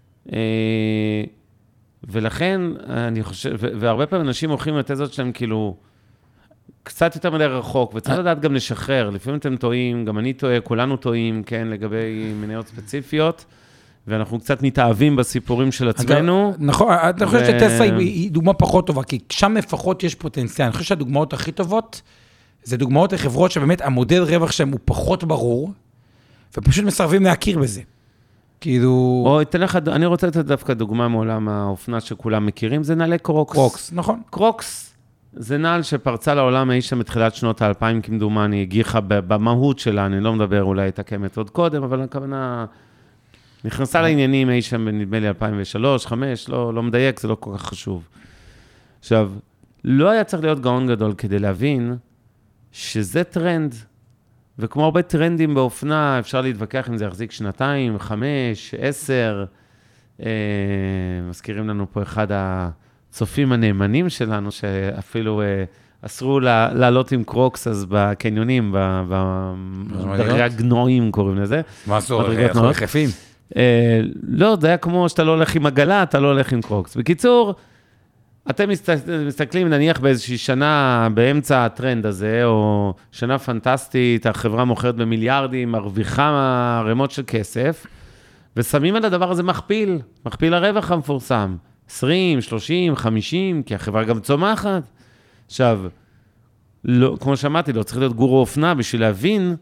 ולכן אני חושב, והרבה פעמים אנשים הולכים לתזות שלהם כאילו, קצת יותר מדי רחוק, וצריך לדעת גם לשחרר, לפעמים אתם טועים, גם אני טועה, כולנו טועים, כן, לגבי מניות ספציפיות, ואנחנו קצת מתאהבים בסיפורים של עצמנו. נכון, אני חושב שטסלה היא דוגמה פחות טובה, כי שם לפחות יש פוטנציאל. אני חושב שהדוגמאות הכי טובות, זה דוגמאות לחברות שבאמת המודל רווח שלהם הוא פחות ברור, ופשוט מסרבים להכיר בזה. כאילו... או, אתן לך, אני רוצה לתת דווקא דוגמה מעולם האופנה שכולם מכירים, זה נעלי קרוקס. קרוקס, נכון. קרוקס, זה נעל שפרצה לעולם האיש מתחילת שנות האלפיים, כמדומני, הגיחה במהות שלה, אני לא מדבר אולי את הקמת עוד קודם, אבל הכוונה... נכנסה לעניינים אי שם, נדמה לי, אלפיים ושלוש, חמש, לא, לא מדייק, זה לא כל כך חשוב. עכשיו, לא היה צריך להיות גאון גדול כדי להבין שזה טרנד, וכמו הרבה טרנדים באופנה, אפשר להתווכח אם זה יחזיק שנתיים, חמש, עשר, אה, מזכירים לנו פה אחד הצופים הנאמנים שלנו, שאפילו אה, אסרו לעלות עם קרוקס, אז בקניונים, בדרגי הגנועים קוראים לזה. מה אסור? אנחנו לחפים? לא, זה היה כמו שאתה לא הולך עם עגלה, אתה לא הולך עם קרוקס. בקיצור, אתם מסתכלים נניח באיזושהי שנה באמצע הטרנד הזה, או שנה פנטסטית, החברה מוכרת במיליארדים, מרוויחה רמות של כסף, ושמים על הדבר הזה מכפיל, מכפיל הרווח המפורסם, עשרים, שלושים, חמישים, כי החברה גם צומחת. עכשיו, לא, כמו שאמרתי, לא צריך להיות גורו אופנה בשביל להבין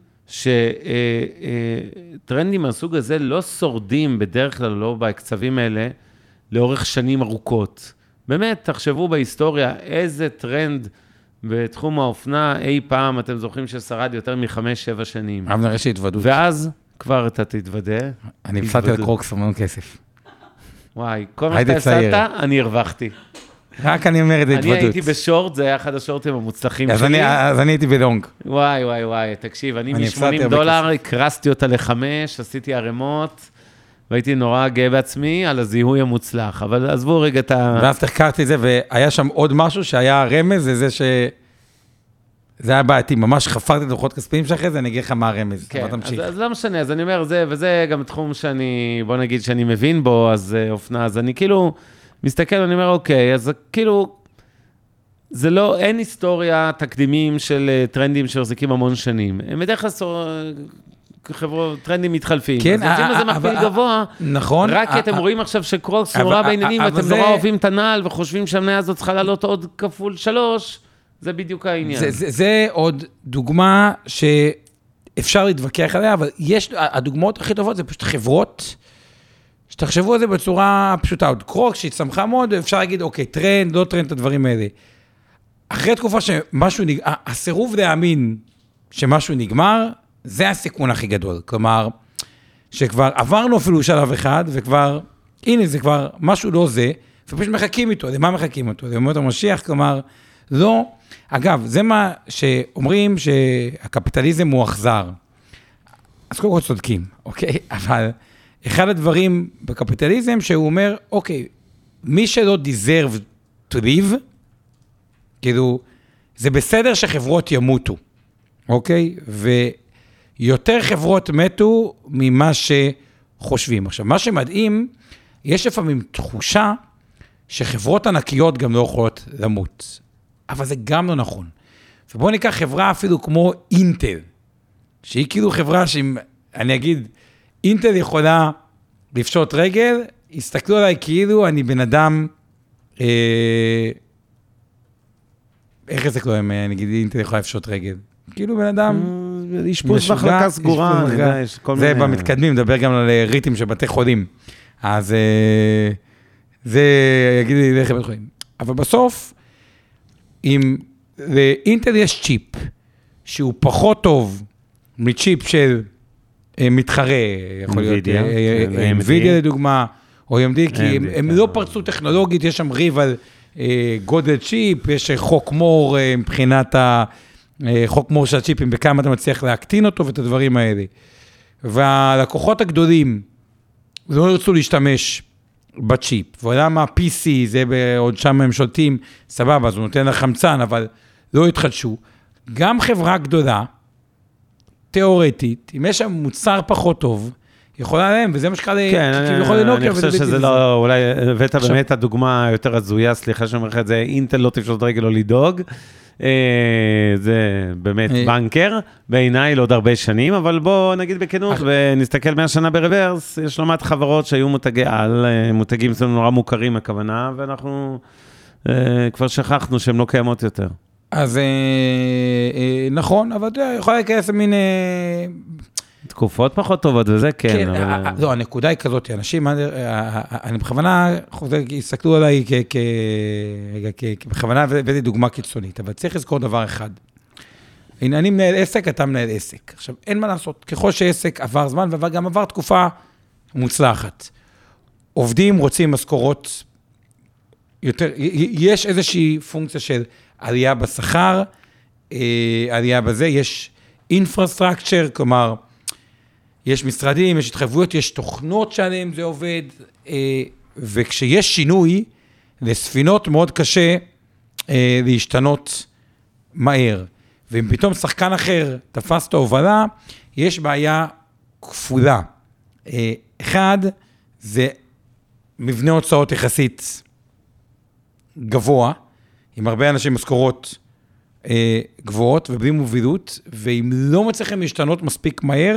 שטרנדים מהסוג הזה לא שורדים בדרך כלל, לא בהקצבים האלה, לאורך שנים ארוכות. באמת, תחשבו בהיסטוריה איזה טרנד בתחום האופנה אי פעם, אתם זוכרים ששרד יותר מחמש, שבע שנים. אבל נראה שהתוודות. ואז כבר אתה תתוודה. אני הפסדתי על קרוקס המון כסף. וואי, כל מה שאתה הפסדת, אני הרווחתי. רק אני אומר את זה התוודות. אני הייתי בשורט, זה היה אחד השורטים המוצלחים שלי. אז אני הייתי בלונג. וואי, וואי, וואי, תקשיב, אני מ-שמונים דולר, הקרסתי אותה לחמש, עשיתי הרמות, והייתי נורא גאה בעצמי על הזיהוי המוצלח, אבל עזבו רגע את ה... ואז תחקרתי את זה, והיה שם עוד משהו שהיה רמז, זה זה ש... זה היה בעייתי, ממש חפרתי את דוחות כספיים שאחרי זה, אני אגיד לך מה הרמז. כן, אז, אז לא משנה, אז אני אומר, זה, וזה גם תחום שאני, בוא נגיד שאני מבין בו, אז אופנה, אז אני כאילו מסתכל, אני אומר, אוקיי, אז כאילו, זה לא, אין היסטוריה, תקדימים של טרנדים שמחזיקים המון שנים. הם בדרך כלל חברות, טרנדים מתחלפים. כן, אז יוצאים לזה מכפיל גבוה. נכון. רק כי אתם רואים עכשיו שקרוקס נורא בעניינים, ואתם נורא אוהבים את הנעל, וחושבים שהמניה הזאת צריכה לעלות עוד כפול שלוש, זה בדיוק העניין. זה, זה, זה עוד דוגמה שאפשר להתווכח עליה, אבל יש, הדוגמאות הכי טובות זה פשוט חברות, שתחשבו על זה בצורה פשוטה, עוד קרוקס שהצמחה מאוד, אפשר להגיד, אוקיי, טרנד, לא טרנד, את הדברים האלה. אחרי תקופה שמשהו, הסירוב להאמין שמשהו נגמר, זה הסיכון הכי גדול. כלומר, שכבר עברנו אפילו שלב אחד, וכבר, הנה, זה כבר משהו לא זה, ופשוט מחכים איתו. למה מחכים איתו? זה אומר את המשיח, כלומר, לא. אגב, זה מה שאומרים שהקפיטליזם הוא אכזר. אז קודם כל צודקים, אוקיי? אבל אחד הדברים בקפיטליזם שהוא אומר, אוקיי, מי שלא deserve to live, כאילו, זה בסדר שחברות ימותו, אוקיי? ויותר חברות מתו ממה שחושבים. עכשיו, מה שמדהים, יש לפעמים תחושה שחברות ענקיות גם לא יכולות למות. אבל זה גם לא נכון. ובואו ניקח חברה אפילו כמו אינטל, שהיא כאילו חברה שאם, אני אגיד, אינטל יכולה לפשוט רגל, הסתכלו עליי כאילו אני בן אדם, אה, איך זה קוראים, אני אגיד, אינטל יכולה לפשוט רגל. כאילו בן אדם אשפוז מחלקה סגורה, זה במתקדמים, מדבר גם על ריתים של בתי חולים. אז זה, יגיד לי, זה חברת חולים. אבל בסוף, אם לאינטל יש צ'יפ, שהוא פחות טוב מצ'יפ של מתחרה, יכול להיות NVIDIA לדוגמה, או A M D, כי הם לא פרצו טכנולוגית, יש שם ריב על גודל צ'יפ, יש חוק מור מבחינת החוק מור של הצ'יפים, בכמה אתה מצליח להקטין אותו ואת הדברים האלה. והלקוחות הגדולים לא ירצו להשתמש בצ'יפ, ועולם ה-פי סי, זה בעוד שם הם שולטים, סבבה, אז הוא נותן לחמצן, אבל לא יתחדשו. גם חברה גדולה, תיאורטית, אם יש שם מוצר פחות טוב, יכולה להם, וזה מה שקרה כביכול לנוקיה. אני חושב שזה לא, אולי הבאת באמת הדוגמה יותר הזויה, סליחה שאומר לך את זה, אינטל לא תפשוט רגל לא לדאוג, זה באמת בנקר, בעיניי לעוד הרבה שנים, אבל בוא נגיד בכנות, ונסתכל מהשנה ברוורס, יש לא מעט חברות שהיו מותגי על, מותגים שלנו נורא מוכרים הכוונה, ואנחנו כבר שכחנו שהן לא קיימות יותר. אז נכון, אבל אתה יכול להיכנס מין... תקופות פחות טובות, וזה כן. כן, אבל... לא, הנקודה היא כזאת, אנשים, אני בכוונה חוזר, הסתכלו עליי בכוונה, וזו דוגמה קיצונית, אבל צריך לזכור דבר אחד. הנה, אני מנהל עסק, אתה מנהל עסק. עכשיו, אין מה לעשות, ככל שעסק עבר זמן, וגם עבר תקופה מוצלחת. עובדים רוצים משכורות יותר, יש איזושהי פונקציה של עלייה בשכר, עלייה בזה, יש infrastructure, כלומר, יש משרדים, יש התחייבויות, יש תוכנות שעליהם זה עובד, וכשיש שינוי, לספינות מאוד קשה להשתנות מהר. ואם פתאום שחקן אחר תפס את ההובלה, יש בעיה כפולה. אחד, זה מבנה הוצאות יחסית גבוה, עם הרבה אנשים משכורות גבוהות ובלי מובילות, ואם לא מצליחים להשתנות מספיק מהר,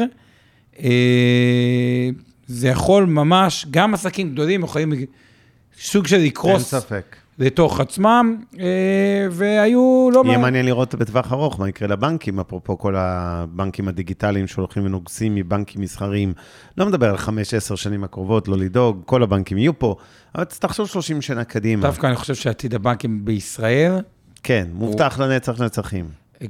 זה יכול ממש, גם עסקים גדולים יכולים סוג של לקרוס לתוך עצמם, והיו לא... יהיה מעניין לראות בטווח ארוך מה יקרה לבנקים, אפרופו כל הבנקים הדיגיטליים שהולכים ונוגסים מבנקים מסחריים, לא מדבר על חמש עשר שנים הקרובות, לא לדאוג, כל הבנקים יהיו פה, אבל תחשוב שלושים שנה קדימה. דווקא אני חושב שעתיד הבנקים בישראל... כן, מובטח לנצח נצחים.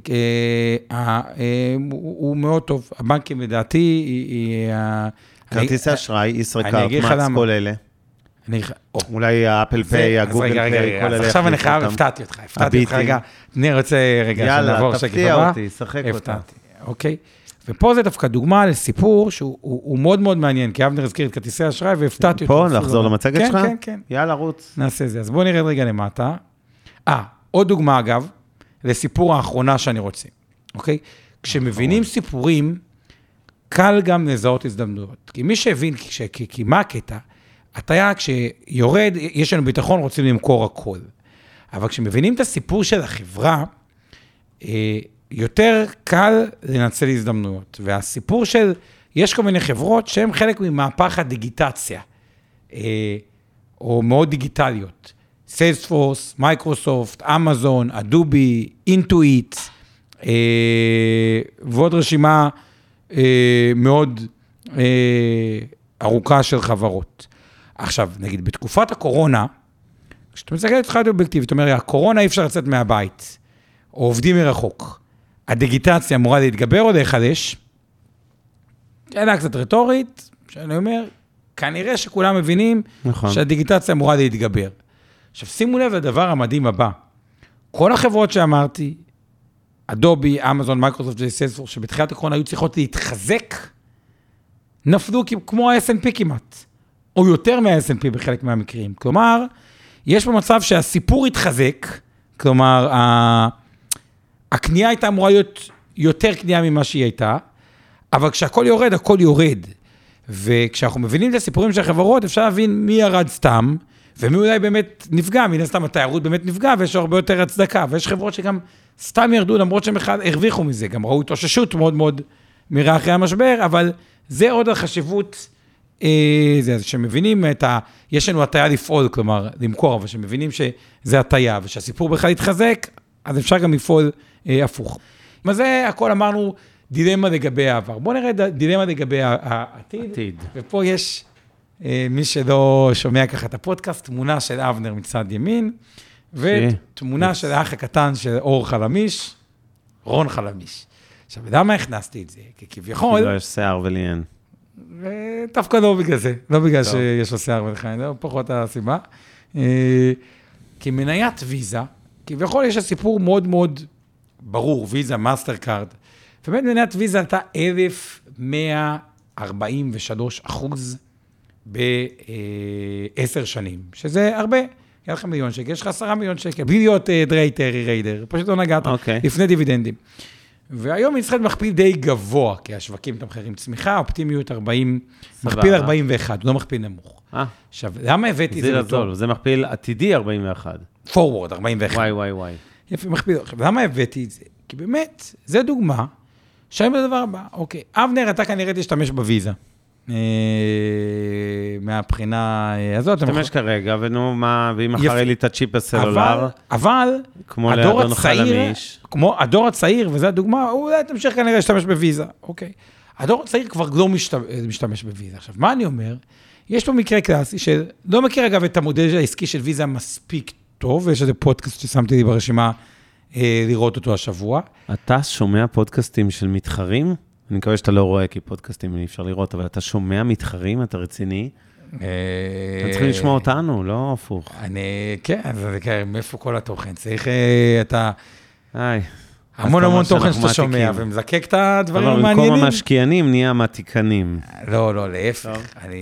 הוא מאוד טוב. הבנקים לדעתי... כרטיסי אשראי, ישראכרט, מקס, כל אלה. אולי האפל פיי, הגוגל פיי, כל אלה. עכשיו אני חייב, הפתעתי אותך, הפתעתי אותך רגע. אני רוצה רגע שנעבור שקט הבא. יאללה, תפתיע אותי, שחק אותה. אוקיי. ופה זה דווקא דוגמה לסיפור שהוא מאוד מאוד מעניין, כי אבנר הזכיר את כרטיסי אשראי והפתעתי אותו. פה, לחזור למצגת שלך? כן, כן, כן. יאללה, רוץ. נעשה זה. אז בואו נרד רגע למטה. אה, עוד דוגמה אגב, לסיפור האחרונה שאני רוצה. אוקיי? כשמבינים סיפורים, קל גם לזהות הזדמנויות. כי מי שהבין, כי מה הקטע? הטיה, כשיורד, יש לנו ביטחון, רוצים למכור הכל. אבל כשמבינים את הסיפור של החברה, יותר קל לנצל הזדמנויות. והסיפור של, יש כל מיני חברות שהן חלק ממהפך הדיגיטציה, או מאוד דיגיטליות. Salesforce, Microsoft, Amazon, Adobe, Intuit, ועוד רשימה מאוד ארוכה של חברות. עכשיו, נגיד, בתקופת הקורונה, כשאתה מסתכל את חד אובייקטיבית, אתה אומר, הקורונה אי אפשר לצאת מהבית, או עובדים מרחוק. הדיגיטציה אמורה להתגבר או להיחדש. שאלה קצת רטורית, שאני אומר, כנראה שכולם מבינים נכון. שהדיגיטציה אמורה להתגבר. עכשיו, שימו לב לדבר המדהים הבא. כל החברות שאמרתי, אדובי, אמזון, מייקרוסופט וסיילספורס, שבתחילת הקורונה היו צריכות להתחזק, נפלו כמו ה-אס אנד פי כמעט. או יותר מה-אס אנד פי בחלק מהמקרים. כלומר, יש במצב שהסיפור התחזק, כלומר, הקנייה הייתה אמורה להיות יותר קנייה ממה שהיא הייתה, אבל כשהכל יורד, הכל יורד. וכשאנחנו מבינים את הסיפורים של החברות, אפשר להבין מי ירד סתם, ומי אולי באמת נפגע, מן הסתם התיירות באמת נפגע, ויש הרבה יותר הצדקה, ויש חברות שגם סתם ירדו, למרות שהם הרוויחו מזה, גם ראו התאוששות מאוד מאוד מהירה אחרי המשבר, אבל זה עוד החשיבות, אה, זה, שמבינים את ה... יש לנו הטיה לפעול, כלומר, למכור, אבל שמבינים שזה הטיה, ושהסיפור בכלל יתחזק, אז אפשר גם לפעול אה, הפוך. מה זה, הכל אמרנו, דילמה לגבי העבר. בואו נראה דילמה לגבי העתיד, עתיד. ופה יש... מי שלא שומע ככה את הפודקאסט, תמונה של אבנר מצד ימין, ותמונה של האח הקטן של אור חלמיש, רון חלמיש. עכשיו, למה הכנסתי את זה? כי כביכול... כי לא יש שיער וליאן. ודווקא לא בגלל זה, לא בגלל שיש לו שיער ולכן, זה פחות הסיבה. כי מניית ויזה, כביכול יש סיפור מאוד מאוד ברור, ויזה, מאסטר קארד, ובאמת מניית ויזה הייתה אלף מאה ארבעים ושלושה אחוז, בעשר שנים, שזה הרבה, יהיה לך מיליון שקל, יש לך עשרה מיליון שקל, בלי להיות דריי טרי ריידר, פשוט לא נגעת, לפני דיבידנדים. והיום ישראל מכפיל די גבוה, כי השווקים תמחרים צמיחה, אופטימיות ארבעים, מכפיל ארבעים ואחת, הוא לא מכפיל נמוך. אה. עכשיו, למה הבאתי את זה לטוב? זה מכפיל עתידי ארבעים ואחת. פורוורד, ארבעים ואחת. וואי, וואי, וואי. יפה, מכפיל. עכשיו, למה הבאתי את זה? כי באמת, זה דוגמה, שאני בדבר הבא, אוקיי, אבנר, אתה כנראה תשתמש בוויזה. מהבחינה הזאת. תשתמש כרגע, ונו, מה, ואם מחר לי את הצ'יפ הסלולר. אבל, כמו לאדון חלמיש. כמו הדור הצעיר, וזו הדוגמה, הוא אולי תמשיך כנראה להשתמש בוויזה, אוקיי. הדור הצעיר כבר לא משתמש בוויזה. עכשיו, מה אני אומר? יש פה מקרה קלאסי, שלא מכיר אגב את המודל העסקי של ויזה מספיק טוב, ויש איזה פודקאסט ששמתי לי ברשימה לראות אותו השבוע. אתה שומע פודקאסטים של מתחרים? אני מקווה שאתה לא רואה, כי פודקאסטים אי אפשר לראות, אבל אתה שומע מתחרים, אתה רציני? אתם צריכים לשמוע אותנו, לא הפוך. אני, כן, זה כן, מאיפה כל התוכן? צריך, אתה... היי. המון המון תוכן שאתה שומע, ומזקק את הדברים המעניינים. במקום המשקיענים נהיה מעתיקנים. לא, לא, להפך.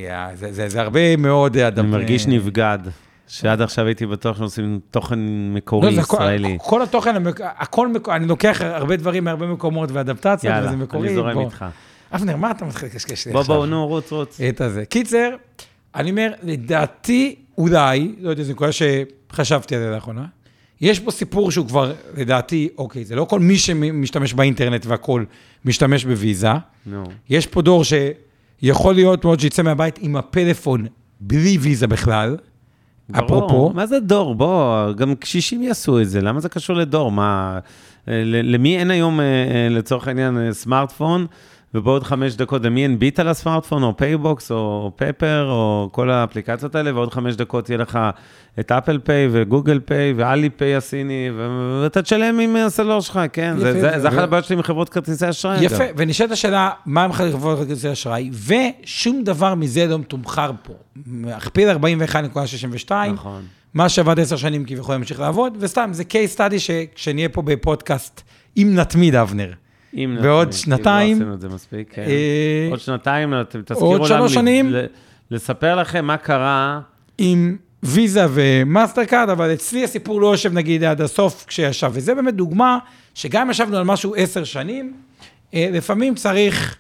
זה הרבה מאוד... אני מרגיש נבגד. שעד עכשיו הייתי בטוח שעושים תוכן מקורי ישראלי. כל התוכן, הכל מקורי, אני לוקח הרבה דברים מהרבה מקומות ואדפטציות, וזה מקורי. יאללה, אני זורם איתך. אבנר, מה אתה מתחיל לקשקש לי עכשיו? בוא, בוא, נו, רוץ, רוץ. את הזה. קיצר, אני אומר, לדעתי, אולי, לא יודע, זו נקודה שחשבתי על זה לאחרונה, יש פה סיפור שהוא כבר, לדעתי, אוקיי, זה לא כל מי שמשתמש באינטרנט והכל משתמש בוויזה. נו. יש פה דור שיכול להיות מאוד שיצא מהבית עם הפלאפון בלי ויזה בכלל, אפרופו. מה זה דור? בוא, גם קשישים יעשו את זה. למה זה קשור לדור? מה, למי אין היום, לצורך העניין, סמארטפון, ובעוד חמש דקות, למי אין ביט על הסמארטפון, או פייבוקס, או פפר, או כל האפליקציות האלה, ועוד חמש דקות יהיה לך את אפל פיי, וגוגל פיי, ואלי פיי הסיני, ואתה תשלם עם הסלולר שלך, כן? זה אחת הבעיות שלי עם חברות כרטיסי אשראי. יפה, ונשאלת השאלה, מה עם חברות כרטיסי אשראי, ושום דבר מזה לא מתומחר פה. הכפיל ארבעים ואחת נקודה שישים ושתיים, נכון. מה שעבד עשר שנים כביכול להמשיך לעבוד, וסתם, זה case study שכשנהיה פה בפודקאסט, אם נתמיד אבנר. ועוד שנתיים. לא עשינו את זה מספיק, כן. עוד שנתיים, תזכירו לנו לספר לכם מה קרה. עם ויזה ומאסטרקארד, אבל אצלי הסיפור לא יושב נגיד עד הסוף כשישב, וזה באמת דוגמה שגם ישבנו על משהו עשר שנים, לפעמים צריך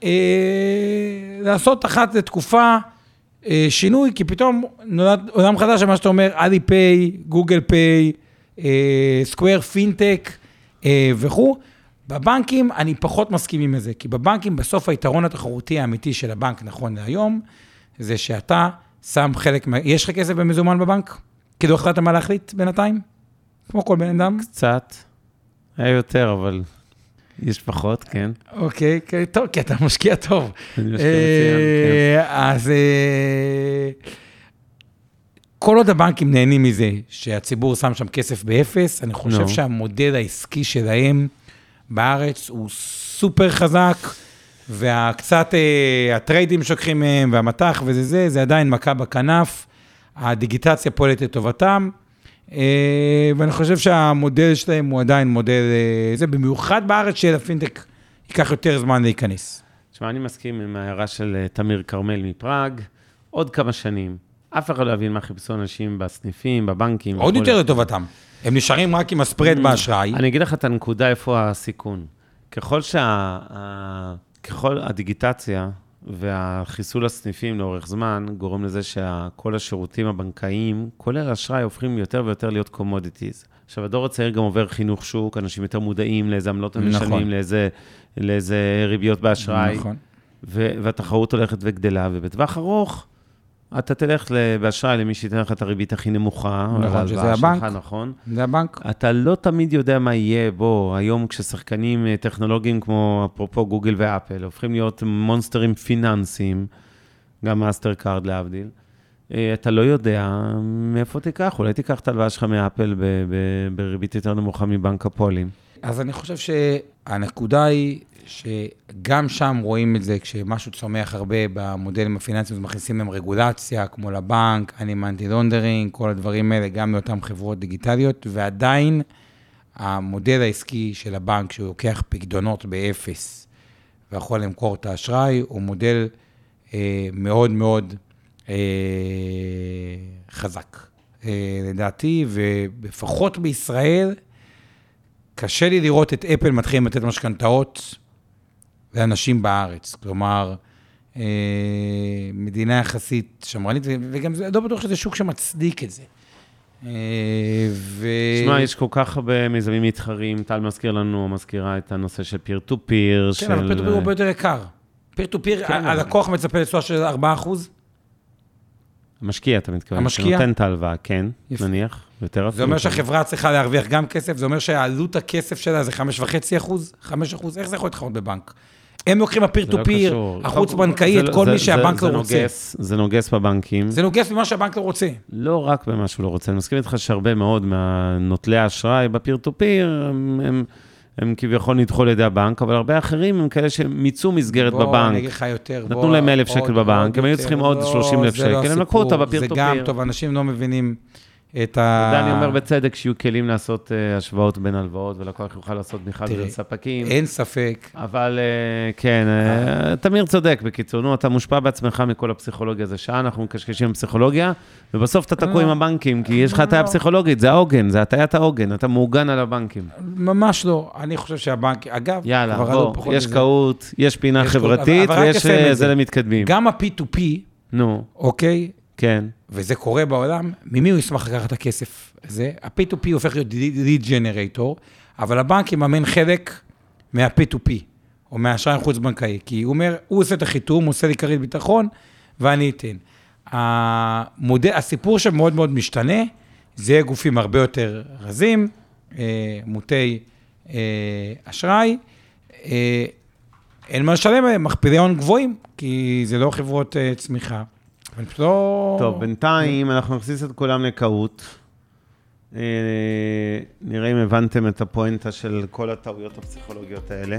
לעשות אחת לתקופה שינוי, כי פתאום נולד עולם חדש שמה שאתה אומר, אלי פיי, גוגל פיי, סקוואר פינטק וכו'. בבנקים אני פחות מסכים עם זה, כי בבנקים בסוף היתרון התחרותי האמיתי של הבנק נכון להיום, זה שאתה שם חלק, יש לך כסף במזומן בבנק? כאילו החלטת מה להחליט בינתיים? כמו כל בן אדם? קצת, היה יותר, אבל יש פחות, כן. אוקיי, טוב, כי אתה משקיע טוב. אני משקיע מצוין, כן. אז כל עוד הבנקים נהנים מזה, שהציבור שם שם כסף באפס, אני חושב שהמודל העסקי שלהם, בארץ הוא סופר חזק, והקצת הטריידים שוקחים מהם, והמתח וזה זה, זה עדיין מכה בכנף, הדיגיטציה פועלת לטובתם, ואני חושב שהמודל שלהם הוא עדיין מודל, זה במיוחד בארץ של הפינטק, ייקח יותר זמן להיכנס. תשמע, אני מסכים עם ההערה של תמיר קרמל מפראג, עוד כמה שנים, אף אחד לא יבין מה חיפשו אנשים בסניפים, בבנקים. עוד יותר לטובתם. הם נשארים רק עם הספרד באשראי. אני אגיד לך את הנקודה איפה הסיכון. ככל שה... ככל הדיגיטציה והחיסול הסניפים לאורך זמן, גורם לזה שכל השירותים הבנקאיים, כולל האשראי, הופכים יותר ויותר להיות קומודיטיז. עכשיו, הדור הצעיר גם עובר חינוך שוק, אנשים יותר מודעים לאיזה עמלות הם משלמים, לאיזה, לאיזה ריביות באשראי. נכון. והתחרות הולכת וגדלה, ובטווח ארוך, אתה תלך באשראי למי שייתן לך את הריבית הכי נמוכה. נכון, שזה הבנק. נכון. זה הבנק. אתה לא תמיד יודע מה יהיה בו. היום כששחקנים טכנולוגיים כמו אפרופו גוגל ואפל, הופכים להיות מונסטרים פיננסיים, גם מאסטר קארד להבדיל, אתה לא יודע מאיפה תיקח. אולי תיקח את הלוואה שלך מאפל בריבית יותר נמוכה מבנק הפועלים. אז אני חושב שהנקודה היא שגם שם רואים את זה, כשמשהו צומח הרבה במודלים הפיננסיים, מכניסים להם רגולציה, כמו לבנק, אנטי לונדרינג, כל הדברים האלה, גם לאותן חברות דיגיטליות, ועדיין המודל העסקי של הבנק, שהוא לוקח פקדונות באפס, ויכול למכור את האשראי, הוא מודל אה, מאוד מאוד אה, חזק, אה, לדעתי, ולפחות בישראל, קשה לי לראות את אפל מתחילים לתת משכנתאות לאנשים בארץ. כלומר, אה, מדינה יחסית שמרנית, וגם זה לא בטוח שזה שוק שמצדיק את זה. ו... תשמע, יש כל כך הרבה מיזמים מתחרים, טל מזכיר לנו, מזכירה את הנושא של פיר טו פיר. כן, אבל פיר טו פיר הוא הרבה יותר יקר. פיר טו פיר, הלקוח מצפה לצורה של ארבעה אחוז. המשקיע, אתה מתכוון. המשקיע. שנותן את ההלוואה, כן, נניח. זה אומר שהחברה צריכה להרוויח גם כסף, זה אומר שהעלות הכסף שלה זה חמש וחצי אחוז, חמש אחוז, איך זה יכול להתחרות בבנק? הם לוקחים הפיר טו פיר, החוץ בנקאי, את כל מי שהבנק לא רוצה. זה נוגס בבנקים. זה נוגס במה שהבנק לא רוצה. לא רק במה שהוא לא רוצה. אני מסכים איתך שהרבה מאוד מהנוטלי האשראי בפיר טו פיר, הם כביכול נדחו לידי הבנק, אבל הרבה אחרים הם כאלה שמיצו מסגרת בבנק. בוא, אני אגיד לך יותר. נתנו להם אלף שקל בבנק, הם היו צריכים עוד שלושים אלף שקל, הם לקחו אותה בפיר טו פיר. זה גם טוב, אנשים לא מבינים את ה... אני אומר בצדק שיהיו כלים לעשות השוואות בין הלוואות, ולקוח יוכל לעשות בכלל בין ספקים. אין ספק. אבל כן, תמיר צודק בקיצור, נו, אתה מושפע בעצמך מכל הפסיכולוגיה, זה שעה, אנחנו מקשקשים עם פסיכולוגיה, ובסוף אתה תקוע עם הבנקים, כי יש לך הטעיה פסיכולוגית, זה העוגן, זה הטעיית העוגן, אתה מעוגן על הבנקים. ממש לא, אני חושב שהבנק, אגב, יאללה, בוא, יש קהות, יש פינה חברתית, ויש זה למתקדמים. גם ה-פי טו פי, נו, אוקיי? כן. וזה קורה בעולם, ממי הוא ישמח לקחת את הכסף הזה? ה-פי טו פי הופך להיות lead generator, אבל הבנק יממן חלק מה-פי טו פי, או מהאשראי חוץ בנקאי, כי הוא אומר, הוא עושה את החיתום, הוא עושה לי כרית ביטחון, ואני אתן. המודל, הסיפור שמאוד מאוד משתנה, זה גופים הרבה יותר רזים, מוטי אשראי, אין מה לשלם עליהם, מכפילי הון גבוהים, כי זה לא חברות צמיחה. טוב, בינתיים אנחנו נכניס את כולם לקהות. נראה אם הבנתם את הפואנטה של כל הטעויות הפסיכולוגיות האלה.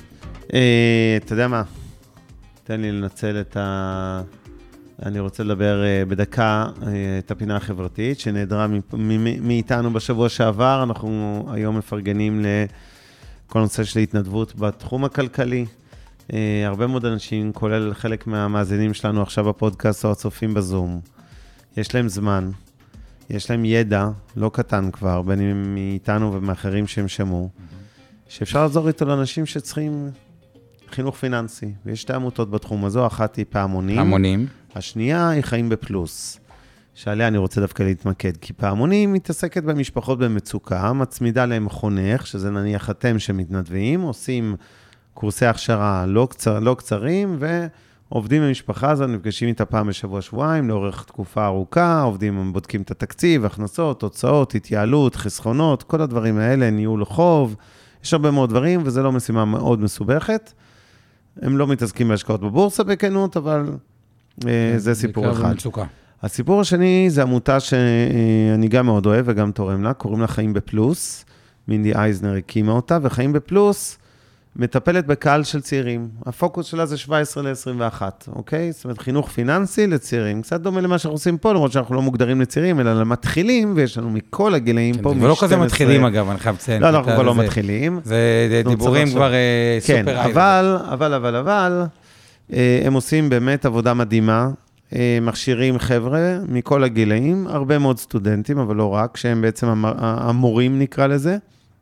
אתה יודע מה? תן לי לנצל את ה... אני רוצה לדבר בדקה את הפינה החברתית, שנעדרה מאיתנו בשבוע שעבר. אנחנו היום מפרגנים לכל נושא של התנדבות בתחום הכלכלי. Uh, הרבה מאוד אנשים, כולל חלק מהמאזינים שלנו עכשיו בפודקאסט או הצופים בזום, יש להם זמן, יש להם ידע, לא קטן כבר, בין אם מאיתנו ומאחרים שהם שמעו, mm-hmm. שאפשר לעזור איתו לאנשים שצריכים חינוך פיננסי, ויש שתי עמותות בתחום הזו, אחת היא פעמונים, פעמונים. השנייה היא חיים בפלוס, שעליה אני רוצה דווקא להתמקד, כי פעמונים מתעסקת במשפחות במצוקה, מצמידה להם חונך, שזה נניח אתם שמתנדבים, עושים קורסי הכשרה לא, קצר, לא קצרים, ועובדים במשפחה הזו, נפגשים איתה פעם בשבוע שבועיים, לאורך תקופה ארוכה, עובדים, בודקים את התקציב, הכנסות, תוצאות, התייעלות, חסכונות, כל הדברים האלה, ניהול חוב, יש הרבה מאוד דברים, וזה לא משימה מאוד מסובכת. הם לא מתעסקים בהשקעות בבורסה בכנות, אבל זה סיפור אחד. במצוקה. הסיפור השני זה עמותה שאני גם מאוד אוהב וגם תורם לה, קוראים לה חיים בפלוס, מינדי אייזנר הקימה אותה, וחיים בפלוס, מטפלת בקהל של צעירים. הפוקוס שלה זה שבע עשרה לעשרים ואחת, אוקיי? זאת אומרת, חינוך פיננסי לצעירים. קצת דומה למה שאנחנו עושים פה, למרות שאנחנו לא מוגדרים לצעירים, אלא למתחילים, ויש לנו מכל הגילאים פה. ולא כזה מתחילים, אגב, אני חייב לציין. לא, אנחנו כבר לא מתחילים. זה דיבורים כבר סופר. כן, אבל, אבל, אבל, אבל, הם עושים באמת עבודה מדהימה, מכשירים חבר'ה מכל הגילאים, הרבה מאוד סטודנטים, אבל לא רק, שהם בעצם המורים נקרא לזה.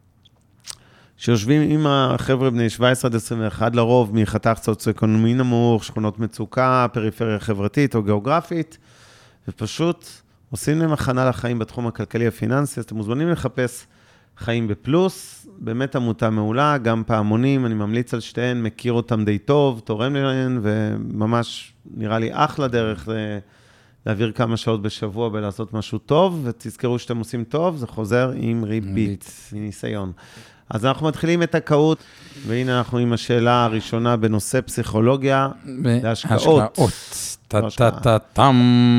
שיושבים עם החבר'ה בני שבע עשרה עד עשרים ואחת, לרוב מחתך סוציו-אקונומי נמוך, שכונות מצוקה, פריפריה חברתית או גיאוגרפית, ופשוט עושים להם הכנה לחיים בתחום הכלכלי הפיננסי, אז אתם מוזמנים לחפש חיים בפלוס, באמת עמותה מעולה, גם פעמונים, אני ממליץ על שתיהן, מכיר אותם די טוב, תורם להן, וממש נראה לי אחלה דרך להעביר כמה שעות בשבוע ולעשות משהו טוב, ותזכרו שאתם עושים טוב, זה חוזר עם ריבית, מניסיון. אז אנחנו מתחילים את הקהות, והנה אנחנו עם השאלה הראשונה בנושא פסיכולוגיה להשקעות. טה-טה-טה-טם.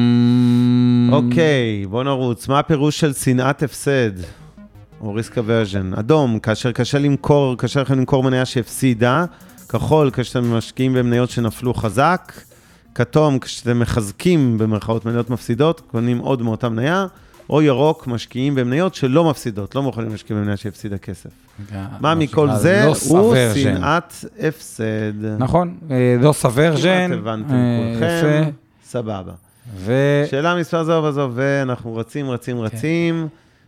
אוקיי, בוא נרוץ. מה הפירוש של שנאת הפסד? או risk aversion. אדום, כאשר קשה למכור, קשה לכם למכור מניה שהפסידה. כחול, כשאתם משקיעים במניות שנפלו חזק. כתום, כשאתם מחזקים במרכאות מניות מפסידות, קונים עוד מאותה מניה. או ירוק, משקיעים במניות שלא מפסידות, לא מוכנים להשקיע במניה שהפסידה כסף. מה מכל זה? הוא שנאת הפסד. נכון, לא סוורז'ן. כמעט הבנתם כולכם, סבבה. שאלה מספר זו וזו, ואנחנו רצים, רצים, רצים.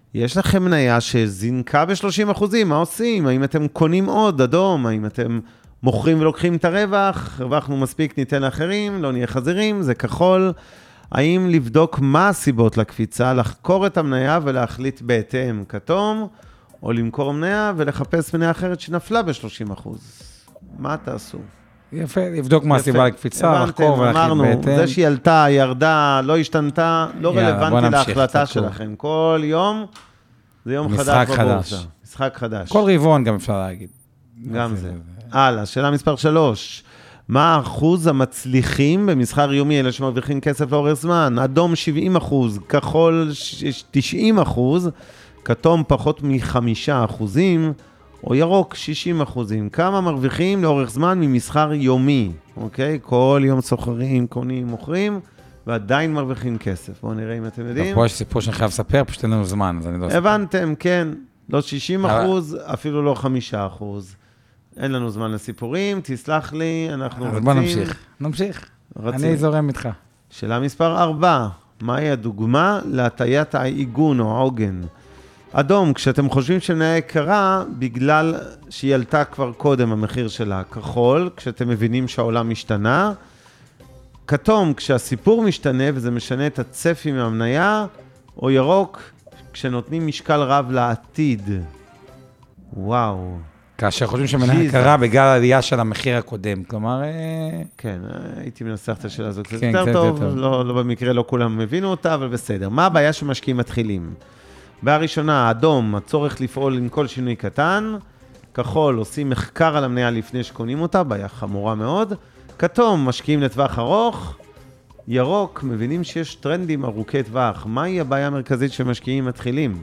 יש לכם מניה שזינקה ב-שלושים אחוזים, מה עושים? האם אתם קונים עוד אדום? האם אתם מוכרים ולוקחים את הרווח? הרווחנו מספיק, ניתן לאחרים, לא נהיה חזירים, זה כחול. האם לבדוק מה הסיבות לקפיצה, לחקור את המניה ולהחליט בהתאם כתום, או למכור מניה ולחפש מניה אחרת שנפלה ב-שלושים אחוז? מה תעשו? יפה, לבדוק מה הסיבה לקפיצה, לחקור ולהחליט בהתאם. זה שהיא עלתה, ירדה, לא השתנתה, לא רלוונטי להחלטה שלכם. כל יום זה יום חדש בבורסה. משחק חדש. כל רבעון גם אפשר להגיד. גם זה. הלאה, שאלה מספר שלוש. מה האחוז המצליחים במסחר יומי, אלה שמרוויחים כסף לאורך זמן? אדום שבעים אחוז, כחול תשעים אחוז, כתום פחות מחמישה אחוזים, או ירוק שישים אחוזים. כמה מרוויחים לאורך זמן ממסחר יומי? אוקיי? כל יום סוחרים, קונים, מוכרים, ועדיין מרוויחים כסף. בואו נראה אם אתם יודעים. פה יש סיפור שאני חייב לספר, פשוט אין לנו זמן, אז אני לא אספר. הבנתם, כן. לא שישים אחוז, אפילו לא חמישה אחוז. אין לנו זמן לסיפורים, תסלח לי, אנחנו רוצים... אז בוא נמשיך, נמשיך. אני זורם איתך. שאלה מספר ארבע, מהי הדוגמה להטיית העיגון או העוגן? אדום, כשאתם חושבים שמניה יקרה, בגלל שהיא עלתה כבר קודם המחיר שלה. כחול, כשאתם מבינים שהעולם משתנה. כתום, כשהסיפור משתנה וזה משנה את הצפי מהמניה. או ירוק, כשנותנים משקל רב לעתיד. וואו. כאשר חושבים שמניה יקרה בגלל העלייה של המחיר הקודם. כלומר... כן, הייתי מנסח את השאלה הזאת. זה יותר טוב, לא במקרה לא כולם הבינו אותה, אבל בסדר. מה הבעיה שמשקיעים מתחילים? בעיה ראשונה, אדום, הצורך לפעול עם כל שינוי קטן. כחול, עושים מחקר על המניה לפני שקונים אותה, בעיה חמורה מאוד. כתום, משקיעים לטווח ארוך. ירוק, מבינים שיש טרנדים ארוכי טווח. מהי הבעיה המרכזית שמשקיעים מתחילים?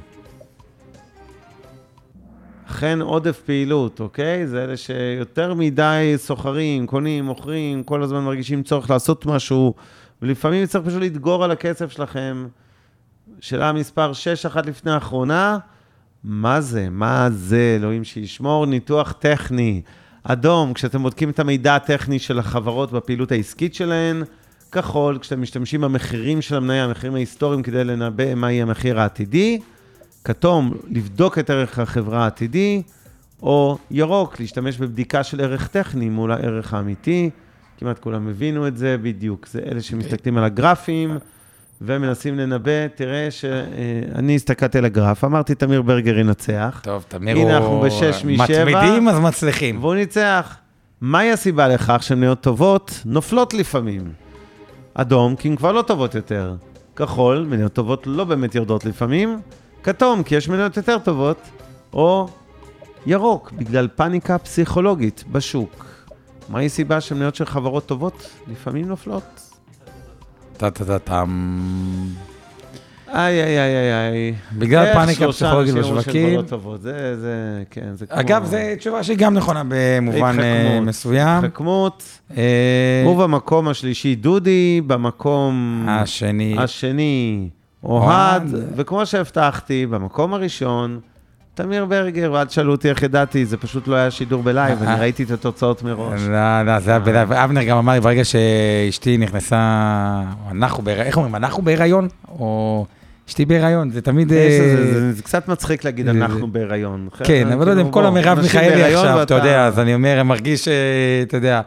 אכן עודף פעילות, אוקיי? זה אלה שיותר מדי סוחרים, קונים, מוכרים, כל הזמן מרגישים צורך לעשות משהו, ולפעמים צריך פשוט להתגור על הכסף שלכם. שאלה מספר שש, אחת לפני האחרונה, מה זה? מה זה? אלוהים שישמור, ניתוח טכני. אדום, כשאתם בודקים את המידע הטכני של החברות בפעילות העסקית שלהן. כחול, כשאתם משתמשים במחירים של המניה, המחירים ההיסטוריים כדי לנבא מה יהיה המחיר העתידי. כתום, לבדוק את ערך החברה העתידי. או ירוק, להשתמש בבדיקה של ערך טכני מול הערך האמיתי. כמעט כולם הבינו את זה בדיוק. זה אלה שמסתכלים על הגרפים. ומנסים לנבא, תראה שאני הסתכלתי על הגרף, אמרתי תמיר ברגר ינצח. טוב, תמיר הוא... הנה אנחנו בשש משבע. מתמידים אז מצליחים. והוא ניצח. מהי הסיבה לכך שמניות טובות נופלות לפעמים? אדום, כי הן כבר לא טובות יותר. כחול, מניות טובות לא באמת יורדות לפעמים. כתום, כי יש מניות יותר טובות. או ירוק, בגלל פאניקה פסיכולוגית בשוק. מהי סיבה שמניות של חברות טובות לפעמים נופלות? טה-טה-טה-טם. איי, איי, איי, איי. בגלל פאניקה פסיכולוגית בשווקים. זה, זה, כן, זה כמו... אגב, זו תשובה שהיא גם נכונה במובן מסוים. התחכמות. ובמקום השלישי דודי, במקום... השני. השני, אוהד. וכמו שהבטחתי, במקום הראשון, תמיר ברגר, ועד שאלו אותי איך ידעתי, זה פשוט לא היה שידור בלייב, אני ראיתי את התוצאות מראש. לא, לא, זה היה בלייב. אבנר גם אמר לי, ברגע שאשתי נכנסה, אנחנו בהיריון, איך אומרים, אנחנו בהיריון? או אשתי בהיריון, זה תמיד... זה קצת מצחיק להגיד, אנחנו בהיריון. כן, אבל לא יודע, כל המרב מיכאלי עכשיו, אתה יודע, אז אני אומר, אני מרגיש, אתה יודע...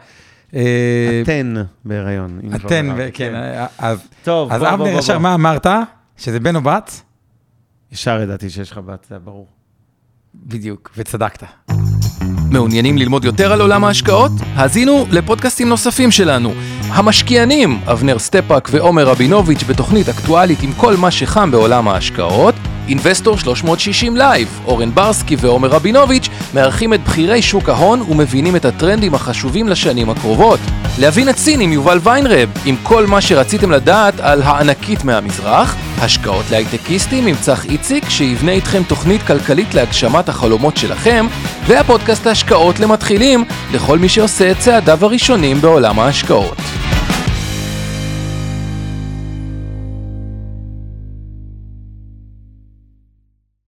אתן בהיריון. אתן, כן. טוב, אז אבנר ישר, מה אמרת? שזה בן או בת? ישר ידעתי שיש לך בת, זה ברור. בדיוק, וצדקת. מעוניינים ללמוד יותר על עולם ההשקעות? האזינו לפודקאסטים נוספים שלנו. המשקיענים, אבנר סטפאק ועומר רבינוביץ' בתוכנית אקטואלית עם כל מה שחם בעולם ההשקעות. אינבסטור שלוש מאות שישים לייב, אורן ברסקי ועומר רבינוביץ' מארחים את בחירי שוק ההון ומבינים את הטרנדים החשובים לשנים הקרובות. להבין את סין עם יובל ויינרב, עם כל מה שרציתם לדעת על הענקית מהמזרח. השקעות להייטקיסטים עם צח איציק, שיבנה איתכם תוכנית כלכלית להגשמת החלומות שלכם. והפודקאסט ההשקעות למתחילים, לכל מי שעושה את צעדיו הראשונים בעולם ההשקעות.